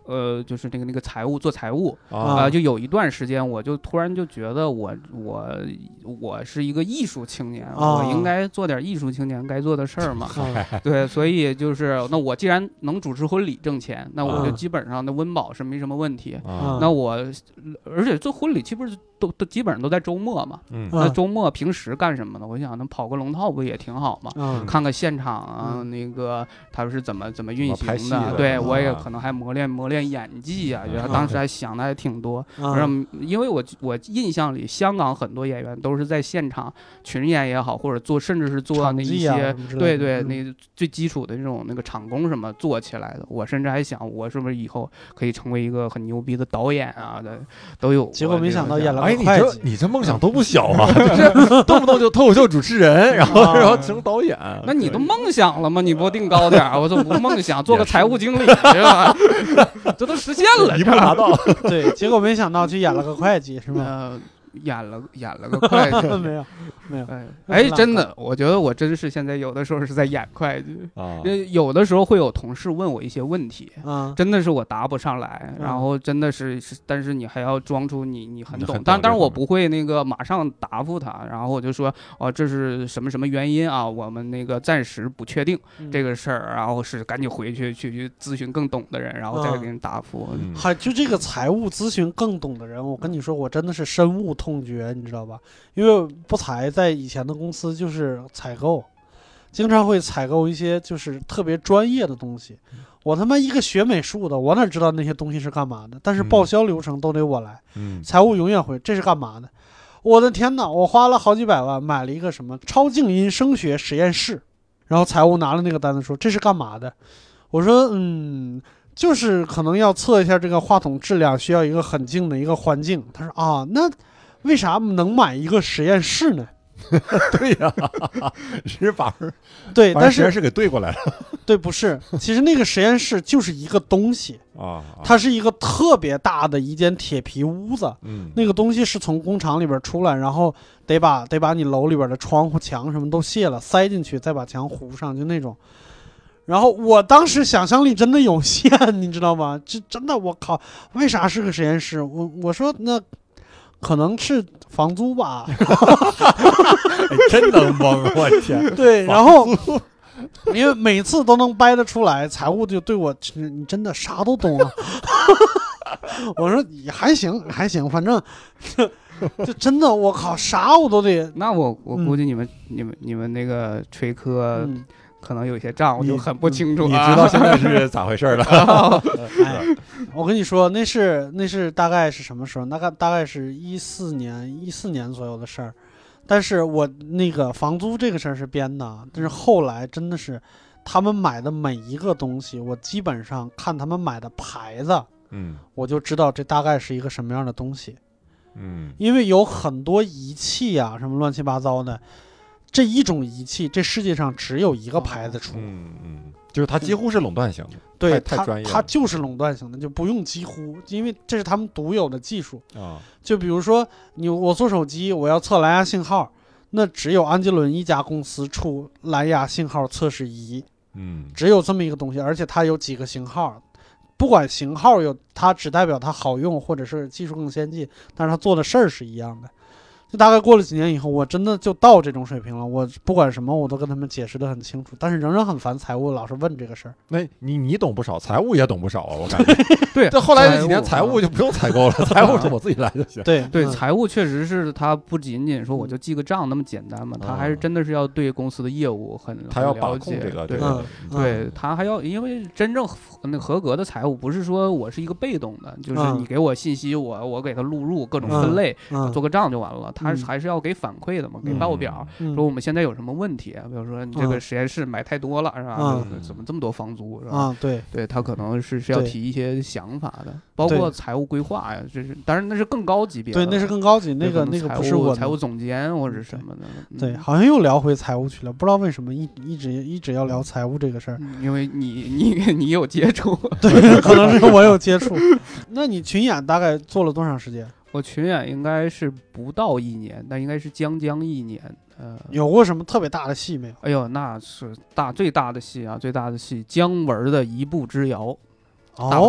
就是那个财务做财务啊就有一段时间我就突然就觉得我是一个艺术青年，我应该做点艺术青年该做的事儿嘛。对，所以就是那我既然能主持婚礼挣钱，那我就基本上的温饱是没什么问题。那我而且做婚礼基本都基本上都在周末嘛。那周末平时干什么呢？我想能跑个龙套不也挺好嘛？看看现场啊，那个他是怎么运行的。对，我也可能还磨练演技啊。当时还想的还挺多。因为我印象里香港很多演员都是在现场群演也好，或者甚至是做那一些对那最基础的那个场工什么做起来的。我甚至还想我是不是以后可以成为一个很牛逼的导演啊的都有。 结果没想到演了个会计。 你这梦想都不小啊，就是动不动就脱口秀主持人，然后成导演。 那你都梦想了吗？你不定高点我说不梦想，做个财务经理是吧？这都实现了， 一步达到。 对，结果没想到去演了个会计是吧？ 演了个会计没有真的，我觉得我真是现在有的时候是在演会计有的时候会有同事问我一些问题真的是我答不上来然后真的是但是你还要装出你很懂，当然我不会那个马上答复他，然后我就说这是什么什么原因啊，我们那个暂时不确定这个事儿，然后是赶紧回去咨询更懂的人，然后再给人答复。 还就这个财务咨询更懂的人，我跟你说我真的是深恶痛绝，你知道吧？因为不才在以前的公司就是采购，经常会采购一些就是特别专业的东西。我他妈一个学美术的，我哪知道那些东西是干嘛的？但是报销流程都得我来，财务永远会这是干嘛的？我的天哪！我花了好几百万买了一个什么超静音声学实验室，然后财务拿了那个单子说这是干嘛的？我说就是可能要测一下这个话筒质量，需要一个很静的一个环境。他说那为啥能买一个实验室呢？ 对呀，是把对，但是实验室给对过来了。 对，不是，其实那个实验室就是一个东西它是一个特别大的一间铁皮屋子。那个东西是从工厂里边出来，然后得把你楼里边的窗户墙什么都卸了，塞进去，再把墙糊上，就那种。然后我当时想象力真的有限，你知道吗？这真的，我靠，为啥是个实验室？我说那可能是房租吧。 真能蒙，我天！ 对，然后因为每次都能掰得出来，财务就对我，你真的啥都懂啊。我说也还行，反正就真的，我靠，啥我都得。 那我估计你们那个吹科。可能有些账我就很不清楚， 你知道现在是咋回事了？ 我跟你说，那是大概是什么时候？大概是14年左右的事儿。但是我那个房租这个事儿是编的，但是后来真的是他们买的每一个东西，我基本上看他们买的牌子，我就知道这大概是一个什么样的东西。因为有很多仪器啊，什么乱七八糟的。这一种仪器，这世界上只有一个牌子出， 就是它几乎是垄断型的， 对， 太专业了， 它就是垄断型的，就不用几乎，因为这是他们独有的技术就比如说我做手机，我要测蓝牙信号，那只有安吉伦一家公司出蓝牙信号测试仪，只有这么一个东西，而且它有几个型号，不管型号它只代表它好用或者是技术更先进，但是它做的事儿是一样的。就大概过了几年以后，我真的就到这种水平了。我不管什么，我都跟他们解释得很清楚，但是仍然很烦财务老是问这个事儿。 那你懂不少，财务也懂不少啊，我感觉。 对， 这后来这几年财务就不用采购了，财务我自己来就行。 对， 财务确实是他不仅仅说我就记个账那么简单嘛，他还是真的是要对公司的业务他要把控这个， 对，他还要，因为真正那合格的财务不是说我是一个被动的，就是你给我信息，我给他录入各种分类，做个账就完了。他还是要给反馈的嘛，给报表，说我们现在有什么问题，比如说你这个实验室买太多了，是吧？怎么这么多房租，是吧？对，他可能是要提一些想法的，包括财务规划呀，这是当然那是更高级别的， 对，那是更高级，那个不是我财务总监或者什么的。 对，好像又聊回财务去了，不知道为什么一直要聊财务这个事儿， 因为你有接触， 对，可能是我有接触。那你群演大概做了多长时间？ 我群演应该是不到1年，但应该是将1年。 有过什么特别大的戏没有？ 哎呦，那是最大的戏啊！最大的戏，姜文的《一步之遥》，大不大？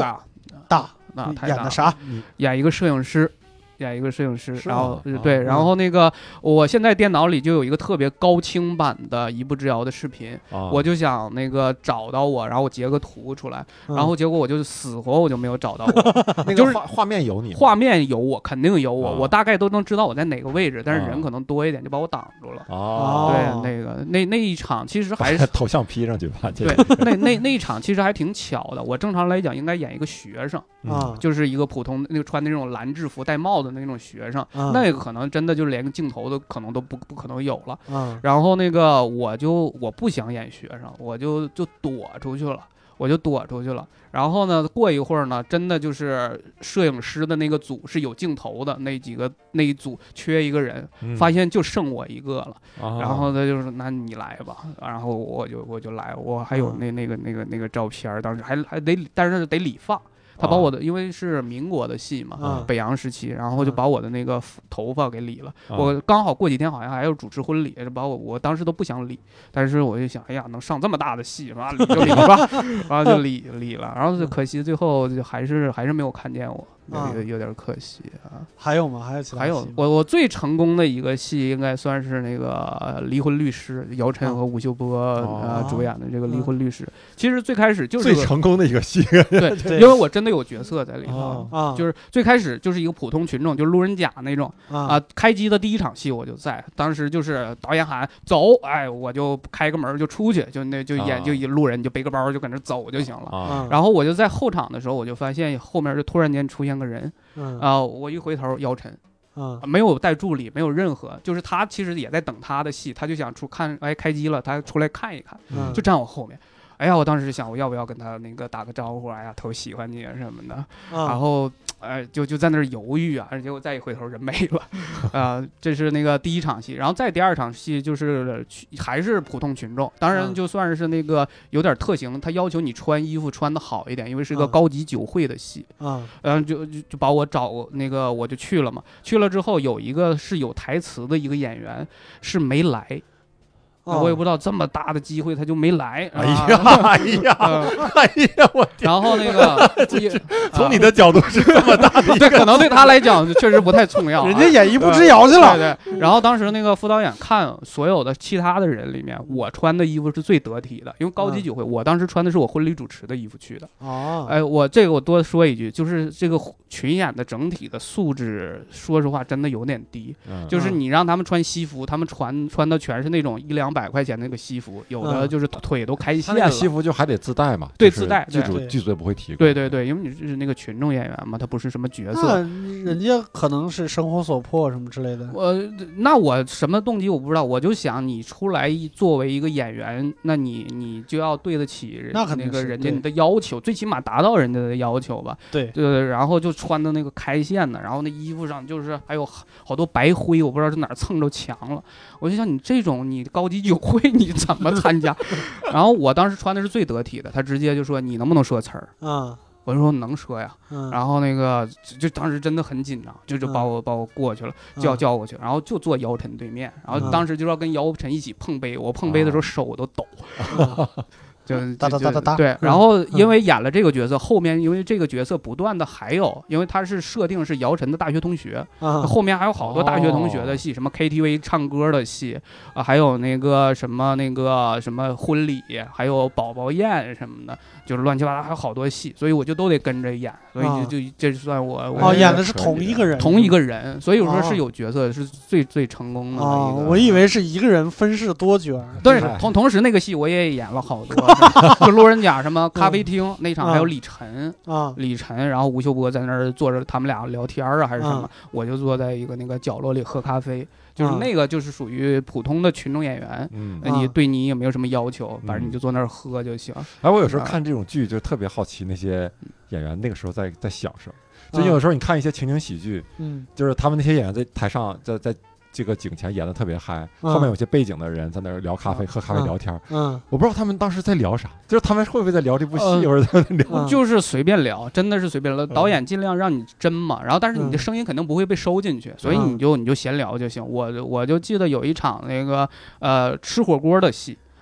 大， 那太大了。 演的啥？ 演一个摄影师。然后对，然后后那个我现在电脑里就有一个特别高清版的一步之遥的视频，我就想那个找到我，然后我截个图出来，然后结果我就死活我就没有找到我， 那就是个画面有你， 画面有我，肯定有我，我大概都能知道我在哪个位置，但是人可能多一点就把我挡住了。对，那一场其实还是头像 P 上去吧。 对，那一场其实还挺巧的。我正常来讲应该演一个学生就是一个普通那个穿那种蓝制服戴帽子那种学生，那个可能真的就连个镜头都可能都不可能有了。然后那个我不想演学生，我就躲出去了。然后呢，过一会儿呢，真的就是摄影师的那个组是有镜头的，那一组缺一个人，发现就剩我一个了。然后他就说：“那你来吧。”然后我就来，我还有那个照片，当时还得，但是得理发。他把我的，因为是民国的戏嘛，北洋时期，然后就把我的那个头发给理了。我刚好过几天好像还要主持婚礼，就把我当时都不想理，但是我就想，哎呀，能上这么大的戏，理就理吧，然后就理了，然后就可惜最后就还是没有看见我。有点可惜啊。 还有吗？还有其他？ 还有我最成功的一个戏，应该算是那个《离婚律师》，姚晨和吴秀波主演的这个《离婚律师》。其实最开始就是最成功的一个戏， 对，因为我真的有角色在里头就是最开始就是一个普通群众，就是路人甲那种开机的第一场戏我就在，当时就是导演喊走，哎，我就开个门就出去，就一路人就背个包就搁那走就行了。然后我就在后场的时候，我就发现后面就突然间出现个人，我一回头，姚晨，没有带助理，没有任何，就是他其实也在等他的戏，他就想看，哎，开机了，他出来看一看，就站我后面。哎呀，我当时想，我要不要跟他那个打个招呼？哎呀，他喜欢你啊什么的。然后，就在那儿犹豫啊，结果再一回头人没了。这是那个第一场戏，然后再第二场戏就是还是普通群众，当然就算是那个有点特型，他要求你穿衣服穿得好一点，因为是个高级酒会的戏。就把我找那个我就去了嘛，去了之后有一个是有台词的一个演员是没来。我也不知道这么大的机会他就没来。 哎呀，我天！ 然后那个从你的角度是这么大的， 对，可能对他来讲确实不太重要。 人家演一步之遥去了。 对。然后当时那个副导演看所有的其他的人里面，我穿的衣服是最得体的，因为高级酒会，我当时穿的是我婚礼主持的衣服去的。我多说一句，就是这个群演的整体的素质，说实话真的有点低。就是你让他们穿西服，他们穿的全是那种100-200块钱的那个西服，有的就是腿都开线了。 他那个西服就还得自带嘛， 对，自带， 剧组也不会提供。 对，因为你是那个群众演员嘛，他不是什么角色， 人家可能是生活所迫什么之类的。 那我什么动机我不知道，我就想你出来作为一个演员，那你就要对得起那个人家的要求，最起码达到人家的要求吧。 对， 然后就穿的那个开线的，然后那衣服上就是还有好多白灰，我不知道是哪儿蹭着墙了。我就想你这种你高级酒会你怎么参加？然后我当时穿的是最得体的，他直接就说你能不能说词儿？我说能说呀。然后那个就当时真的很紧张，就把我过去了，叫过去，然后就坐姚晨对面，然后当时就要跟姚晨一起碰杯，我碰杯的时候手都抖。就对，然后因为演了这个角色，后面因为这个角色不断的还有，因为他是设定是姚晨的大学同学，后面还有好多大学同学的戏，什么 KTV 唱歌的戏还有那个什么婚礼，还有宝宝宴什么的，就是乱七八糟还有好多戏，所以我就都得跟着演，所以就这算我演的是同一个人， 所以我说是有角色是最成功的一个。 我以为是一个人分饰多角。 对，同时那个戏我也演了好多。就路人甲什么咖啡厅那场还有李晨，然后吴秀波在那儿坐着，他们俩聊天还是什么，我就坐在一个那个角落里喝咖啡，就是那个就是属于普通的群众演员，你对你也没有什么要求，反正你就坐那儿喝就行。 我有时候看这种剧就特别好奇那些演员那个时候在享受，就有时候你看一些情景喜剧，就是他们那些演员在台上在这个景前演的特别嗨，后面有些背景的人在那儿聊咖啡，喝咖啡聊天。我不知道他们当时在聊啥，就是他们会不会在聊这部戏，或者在聊， 就是随便聊，真的是随便聊。导演尽量让你真嘛，然后但是你的声音肯定不会被收进去，所以你就闲聊就行。我就记得有一场那个吃火锅的戏。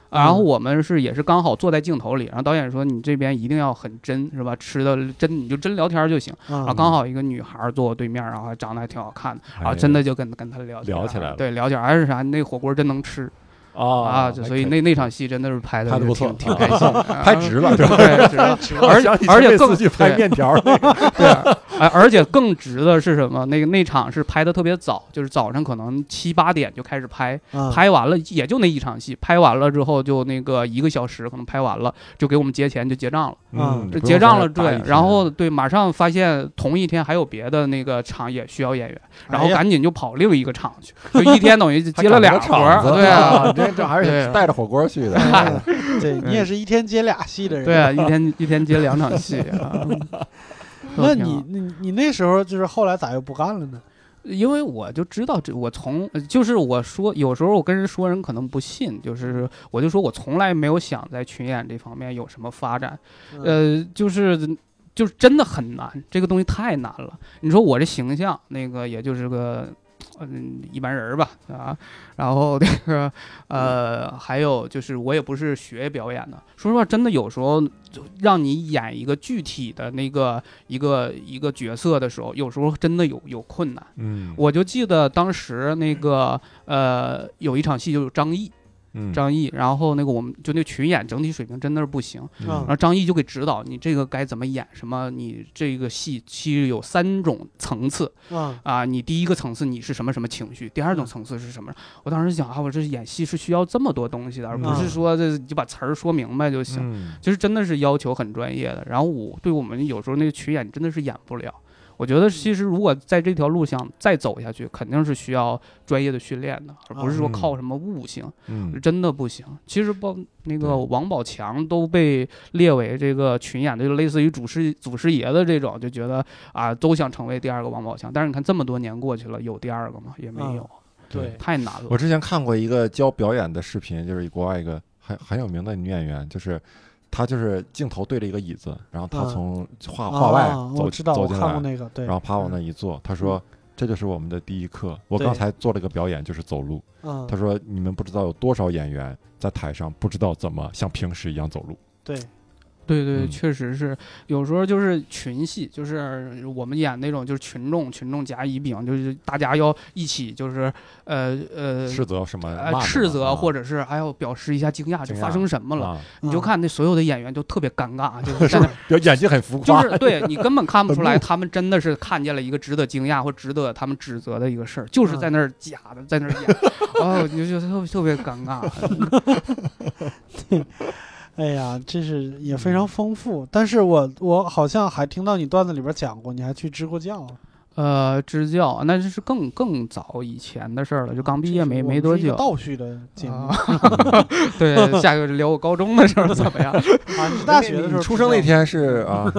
然后我们也是刚好坐在镜头里，然后导演说你这边一定要很真，是吧？吃的真你就真聊天就行。然后刚好一个女孩坐我对面，然后还长得还挺好看的，然后真的就跟她聊起来了。 对，聊起来，而且啥，那火锅真能吃。所以那场戏真的是拍的不错， 挺开心， 拍直了， 对，直了。而且更去拍面条， 对，而且更直的是什么？那场是拍的特别早，就是早上可能7、8点就开始拍，拍完了也就那一场戏，拍完了之后就那个1个小时可能拍完了，就给我们结钱就结账了，结账了，对，然后对，马上发现同一天还有别的那个场也需要演员，然后赶紧就跑另一个场去，就一天等于接了2活，对啊。 这还是带着火锅去的， 对你也是一天接2戏的人， 对啊，一天接2场戏啊。 那你那时候就是后来咋又不干了呢？ 因为我就知道就是我说有时候我跟人说，人可能不信，就是我就说我从来没有想在群演这方面有什么发展，就是真的很难，这个东西太难了。你说我这形象那个也就是个。一般人吧啊，然后那个还有就是我也不是学表演的，说实话，真的有时候就让你演一个具体的那个一个角色的时候，有时候真的有困难。我就记得当时那个有一场戏就是张译。然后那个我们就那群演整体水平真的是不行，然后张译就给指导你这个该怎么演，什么你这个戏其实有3种层次，你第一个层次你是什么什么情绪，第2种层次是什么？我当时想我这演戏是需要这么多东西的，而不是说这就把词儿说明白就行，就是真的是要求很专业的。然后我们有时候那个群演真的是演不了。我觉得其实如果在这条路上再走下去，肯定是需要专业的训练的，而不是说靠什么悟性，真的不行。其实那个王宝强都被列为这个群演的，就类似于祖师爷的这种，就觉得都想成为第2个王宝强。但是你看这么多年过去了，有第2个吗？也没有。 对， 太难了。 我之前看过一个教表演的视频，就是国外一个很有名的女演员，就是他就是镜头对着一个椅子，然后他从画外走进来， 那个，对， 然后啪往那一坐，他说这就是我们的第一课。我刚才做了一个表演，就是走路。他说你们不知道有多少演员在台上不知道怎么像平时一样走路。 对，确实是，有时候就是群戏，就是我们演那种就是群众甲乙丙，就是大家要一起就是斥责什么斥责，或者是还要表示一下惊讶，就发生什么了，你就看那所有的演员就特别尴尬，就是在那眼睛很浮夸， 就是对你根本看不出来他们真的是看见了一个值得惊讶或值得他们指责的一个事儿，就是在那儿假的在那儿演，你就特别尴尬。 哎呀，这是也非常丰富，但是我好像还听到你段子里边讲过，你还去支过教。 支教那就是更早以前的事儿了，就刚毕业没多久。 倒叙的节目。 对，下个聊我高中的时候怎么样？ 你大学的时候出生那天是啊。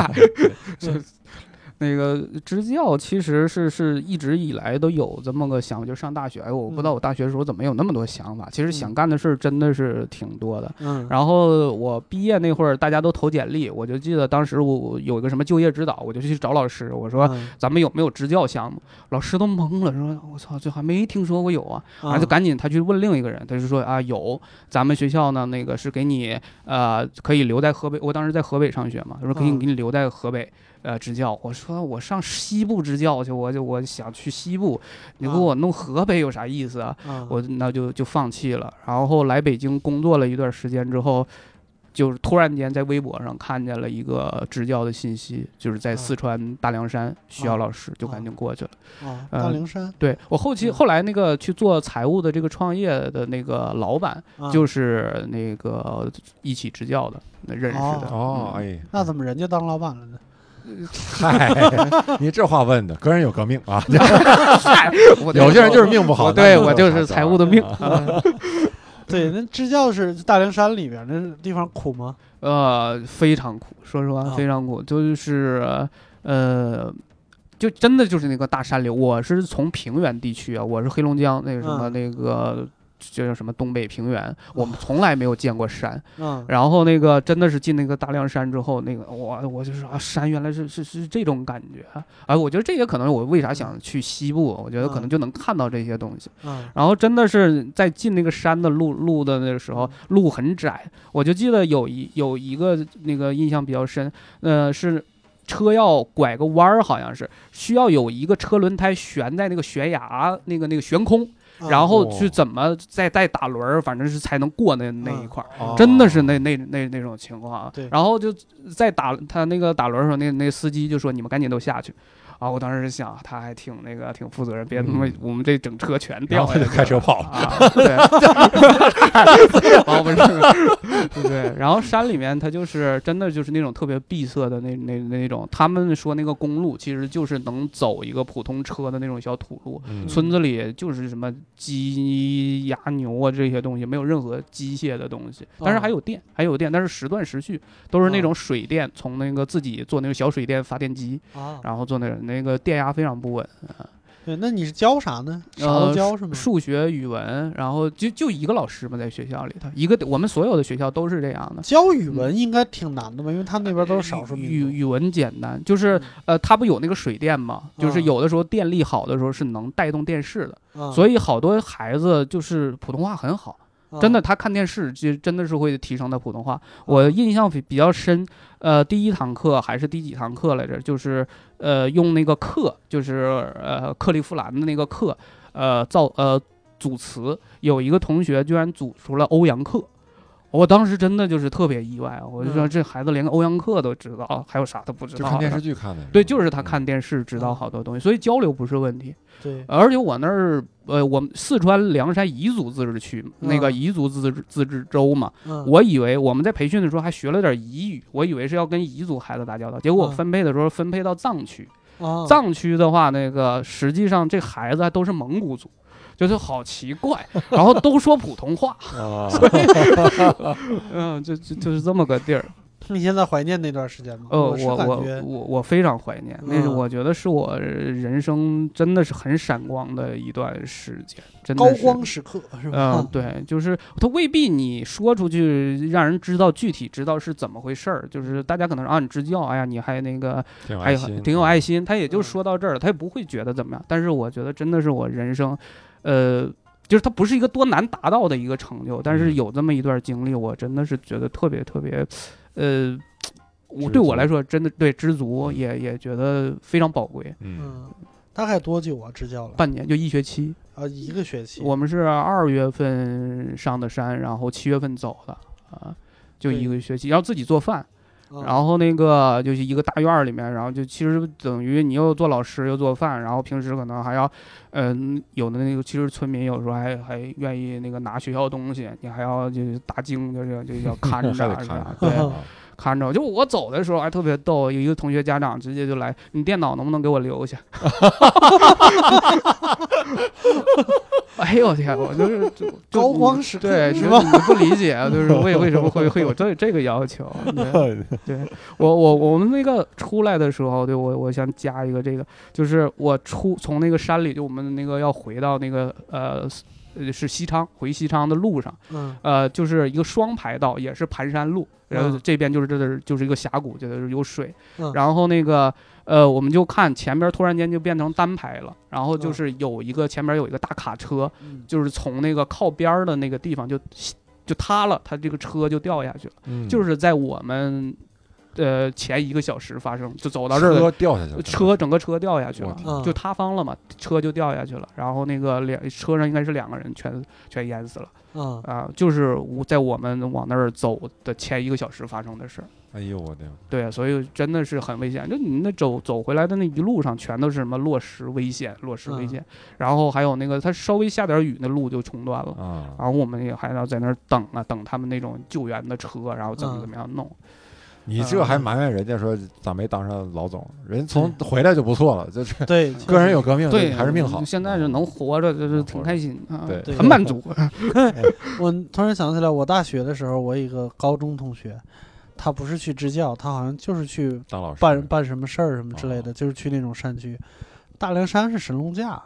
那个支教其实是一直以来都有这么个想法，就上大学，我不知道我大学的时候怎么有那么多想法。其实想干的事儿真的是挺多的。然后我毕业那会儿，大家都投简历，我就记得当时我有一个什么就业指导，我就去找老师，我说咱们有没有支教项目？老师都懵了，说我操，这还没听说过有啊。然后就赶紧他去问另一个人，他就说有，咱们学校呢那个是给你可以留在河北，我当时在河北上学嘛，他说可以给你留在河北。支教，我说我上西部支教去，我想去西部，你给我弄河北有啥意思啊？我那就放弃了。然后来北京工作了一段时间之后，就是突然间在微博上看见了一个支教的信息，就是在四川大凉山需要老师，就赶紧过去了。 大凉山， 对，我后来那个去做财务的这个创业的那个老板，就是那个一起支教的认识的。 哎， 那怎么人家当老板了呢？ 嗨，你这话问的，个人有个命啊。有些人就是命不好， 对我就是财务的命。 对，那支教是大凉山里边，那地方苦吗？ 非常苦，说实话非常苦，就是就真的就是那个大山里。我是从平原地区啊，我是黑龙江那个什么那个叫什么东北平原，我们从来没有见过山。 嗯， 然后那个真的是进那个大凉山之后，那个我就说啊，山原来是这种感觉啊！我觉得这也可能我为啥想去西部，我觉得可能就能看到这些东西。然后真的是在进那个山的路的那个时候，路很窄，我就记得有一个那个印象比较深，是车要拐个弯儿，好像是需要有一个车轮胎悬在那个悬崖那个悬空。然后去怎么再打轮儿，反正是才能过那一块儿，真的是那种情况。 对， 然后就在他那个打轮的时候，那司机就说：“你们赶紧都下去。”啊，我当时想他还挺负责任，别他妈我们这整车全掉下去， 开车跑了。 啊，对，对。然后山里面它就是真的就是那种特别闭塞的那种，他们说那个公路其实就是能走一个普通车的那种小土路，村子里就是什么鸡鸭牛啊这些东西，没有任何机械的东西，但是还有电，但是时断时续，都是那种水电，从那个自己做那个小水电发电机，然后做那个电压非常不稳。 对，那你是教啥呢？啥都教是吗？ 数学、语文，然后就一个老师嘛，在学校里头，我们所有的学校都是这样的。 教语文应该挺难的吧？因为他们那边都是少数民族。 语文简单，就是他不有那个水电嘛，就是有的时候电力好的时候是能带动电视的，所以好多孩子就是普通话很好。真的，他看电视就真的是会提升他普通话。我印象比较深，第一堂课还是第几堂课来着？就是用那个课，就是克利夫兰的那个课，组词，有一个同学居然组出了欧阳克。我当时真的就是特别意外，我就说这孩子连个欧阳克都知道，还有啥他不知道？ 就看电视剧看的。 对，就是他看电视知道好多东西，所以交流不是问题。 对， 而且我那儿我们四川凉山彝族自治区那个彝族自治州嘛，我以为我们在培训的时候还学了点彝语，我以为是要跟彝族孩子打交道，结果分配的时候分配到藏区。藏区的话，那个实际上这孩子还都是蒙古族。就是好奇怪，然后都说普通话，所以，就是这么个地儿。 你现在怀念那段时间吗？ 我非常怀念，那是我觉得是我人生真的是很闪光的一段时间，真的高光时刻是吧？ 对，就是它未必你说出去让人知道具体知道是怎么回事儿，就是大家可能让你支教，哎呀，你还那个还挺有爱心，他也就说到这儿了，他也不会觉得怎么样。但是我觉得真的是我人生。就是它不是一个多难达到的一个成就，但是有这么一段经历，我真的是觉得特别特别，对我来说真的对知足，也觉得非常宝贵。 大概多久啊？支教了半年，就1学期啊，1个学期。 我们是2月份上的山，然后7月份走的啊，就1个学期，然后自己做饭。然后那个就是一个大院里面，然后就其实等于你又做老师又做饭，然后平时可能还要，有的那个其实村民有时候还愿意那个拿学校东西，你还要就是打更，就要看着是吧？对，看着。就我走的时候还特别逗，有一个同学家长直接就来，你电脑能不能给我留下？哎呦我天，我就是高光时刻， 对，是吧？你不理解，就是为什么会有这个要求？对，我们那个出来的时候，对我想加一个这个，就是我从那个山里，就我们那个要回到那个是西昌，回西昌的路上，就是一个双排道，也是盘山路，然后这边就是一个峡谷，就是有水，然后那个我们就看前边突然间就变成单排了，然后就是前边有一个大卡车，就是从那个靠边的那个地方就塌了，它这个车就掉下去了，就是在我们前1个小时发生，就走到这儿车掉下去了， 整个车掉下去了，就塌方了嘛，车就掉下去了，然后那个车上应该是2个人全淹死了，就是在我们往那儿走的前1个小时发生的事。 哎呦我的！ 对，所以真的是很危险。就你那走回来的那一路上，全都是什么落石危险，然后还有那个它稍微下点雨，那路就冲断了，然后我们也还要在那儿等他们那种救援的车，然后怎么样弄。 你这还埋怨人家说咋没当上老总？人从回来就不错了，就是对个人有革命， 对， 还是命好。 现在是能活着，就是挺开心啊， 对， 很满足。 我突然想起来，我大学的时候，我一个高中同学，他不是去支教，他好像就是去当老师办什么事儿什么之类的，就是去那种山区。大凉山是神农架，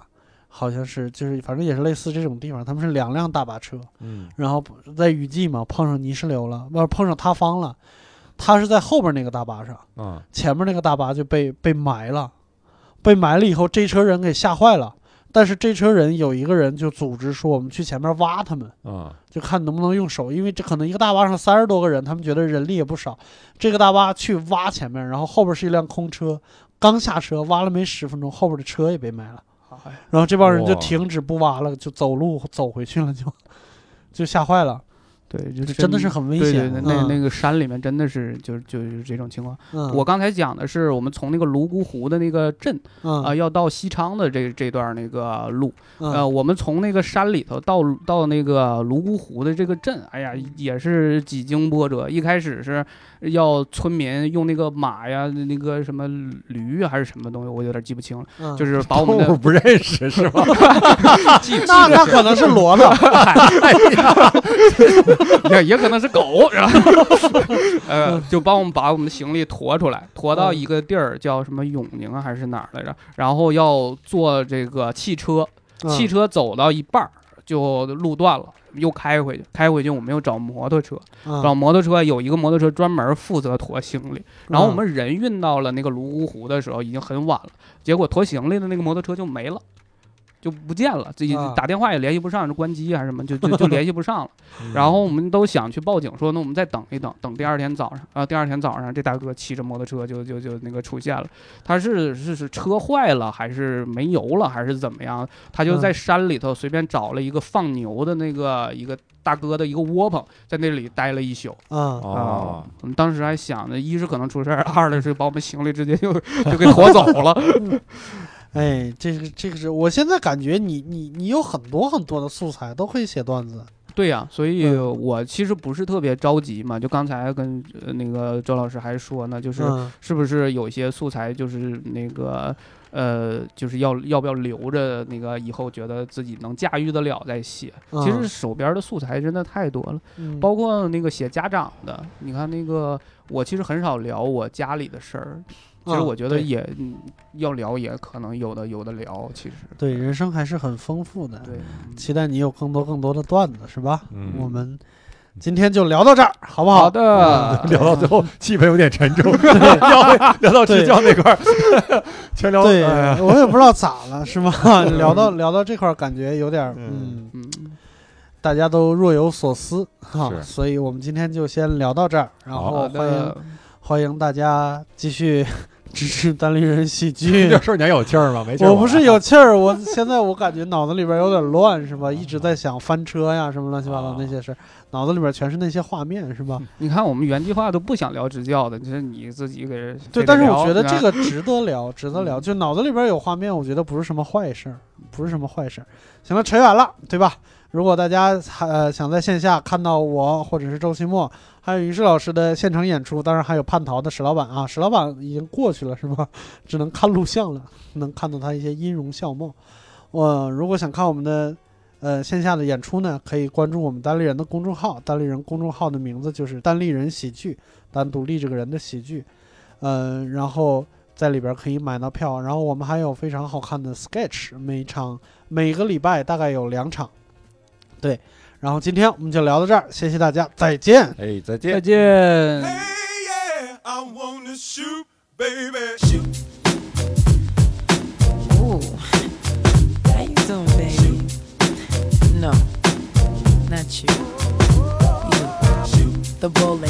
好像是就是反正也是类似这种地方，他们是2辆大巴车， 嗯， 然后在雨季嘛碰上泥石流了，不是碰上塌方了，他是在后边那个大巴上，前面那个大巴就被埋了，被埋了以后这车人给吓坏了。但是这车人有一个人就组织说，我们去前面挖他们，就看能不能用手，因为这可能一个大巴上30多个人，他们觉得人力也不少。这个大巴去挖前面，然后后边是一辆空车，刚下车挖了没10分钟，后边的车也被埋了。然后这帮人就停止不挖了，就走路走回去了，就吓坏了。 对，就是真的是很危险。 对，那个山里面真的是就是这种情况。我刚才讲的是我们从那个泸沽湖的那个镇要到西昌的这段那个路，我们从那个山里头到那个泸沽湖的这个镇，哎呀，也是几经波折。一开始是要村民用那个马呀，那个什么驴还是什么东西，我有点记不清了，就是把我们的不认识是吧？ 那可能是骡子。 也可能是狗，是吧？就帮我们把我们的行李驮出来，驮到一个地儿叫什么永宁还是哪儿来着？然后要坐这个汽车，汽车走到一半就路断了，又开回去我们又找摩托车，找摩托车有一个摩托车专门负责驮行李，然后我们人运到了那个泸沽湖的时候已经很晚了，结果驮行李的那个摩托车就没了。就不见了，自己打电话也联系不上，是关机还是什么，就联系不上了。然后我们都想去报警，说那我们再等一等，等第二天早上。第二天早上这大哥骑着摩托车就那个出现了。他是车坏了还是没油了还是怎么样？他就在山里头随便找了一个放牛的那个一个大哥的一个窝棚，在那里待了一宿。我们当时还想着，一是可能出事儿，二的是把我们行李直接就给驮走了。 哎，这个是我现在感觉你有很多很多的素材都可以写段子。 对呀，所以我其实不是特别着急嘛。就刚才跟那个周老师还说呢，就是是不是有一些素材就是那个就是要不要留着那个以后觉得自己能驾驭得了再写。其实手边的素材真的太多了，包括那个写家长的，你看那个我其实很少聊我家里的事儿。其实我觉得也要聊，也可能有的聊。其实对人生还是很丰富的。 对， 期待你有更多的段子，是吧？我们今天就聊到这儿，好不好？ 好的。 聊到最后气氛有点沉重，聊到睡觉那块儿，全聊。 对，我也不知道咋了，是吗？聊到这块儿，感觉有点大家都若有所思哈。所以我们今天就先聊到这儿，然后欢迎大家继续支持单立人喜剧。 这事儿你还有气儿吗？没气儿。 我不是有气儿，我现在我感觉脑子里边有点乱，是吧？一直在想翻车呀，什么乱七八糟那些事，脑子里边全是那些画面，是吧？ 你看我们原计划都不想聊支教的，就是你自己给对，但是我觉得这个值得聊，就脑子里边有画面，我觉得不是什么坏事，行了，扯远了，对吧？如果大家想在线下看到我或者是周奇墨还有于适老师的现场演出，当然还有叛逃的史老板啊，史老板已经过去了是吧？只能看录像了，能看到他一些音容笑貌。如果想看我们的线下的演出呢，可以关注我们单立人的公众号，单立人公众号的名字就是单立人喜剧，单独立这个人的喜剧，然后在里边可以买到票，然后我们还有非常好看的 sketch， 每个礼拜大概有2场。对，然后今天我们就聊到这儿，谢谢大家，再见。 哎，再见， 再见。 Ooh, how you doing, baby? No, not you. You, the bully.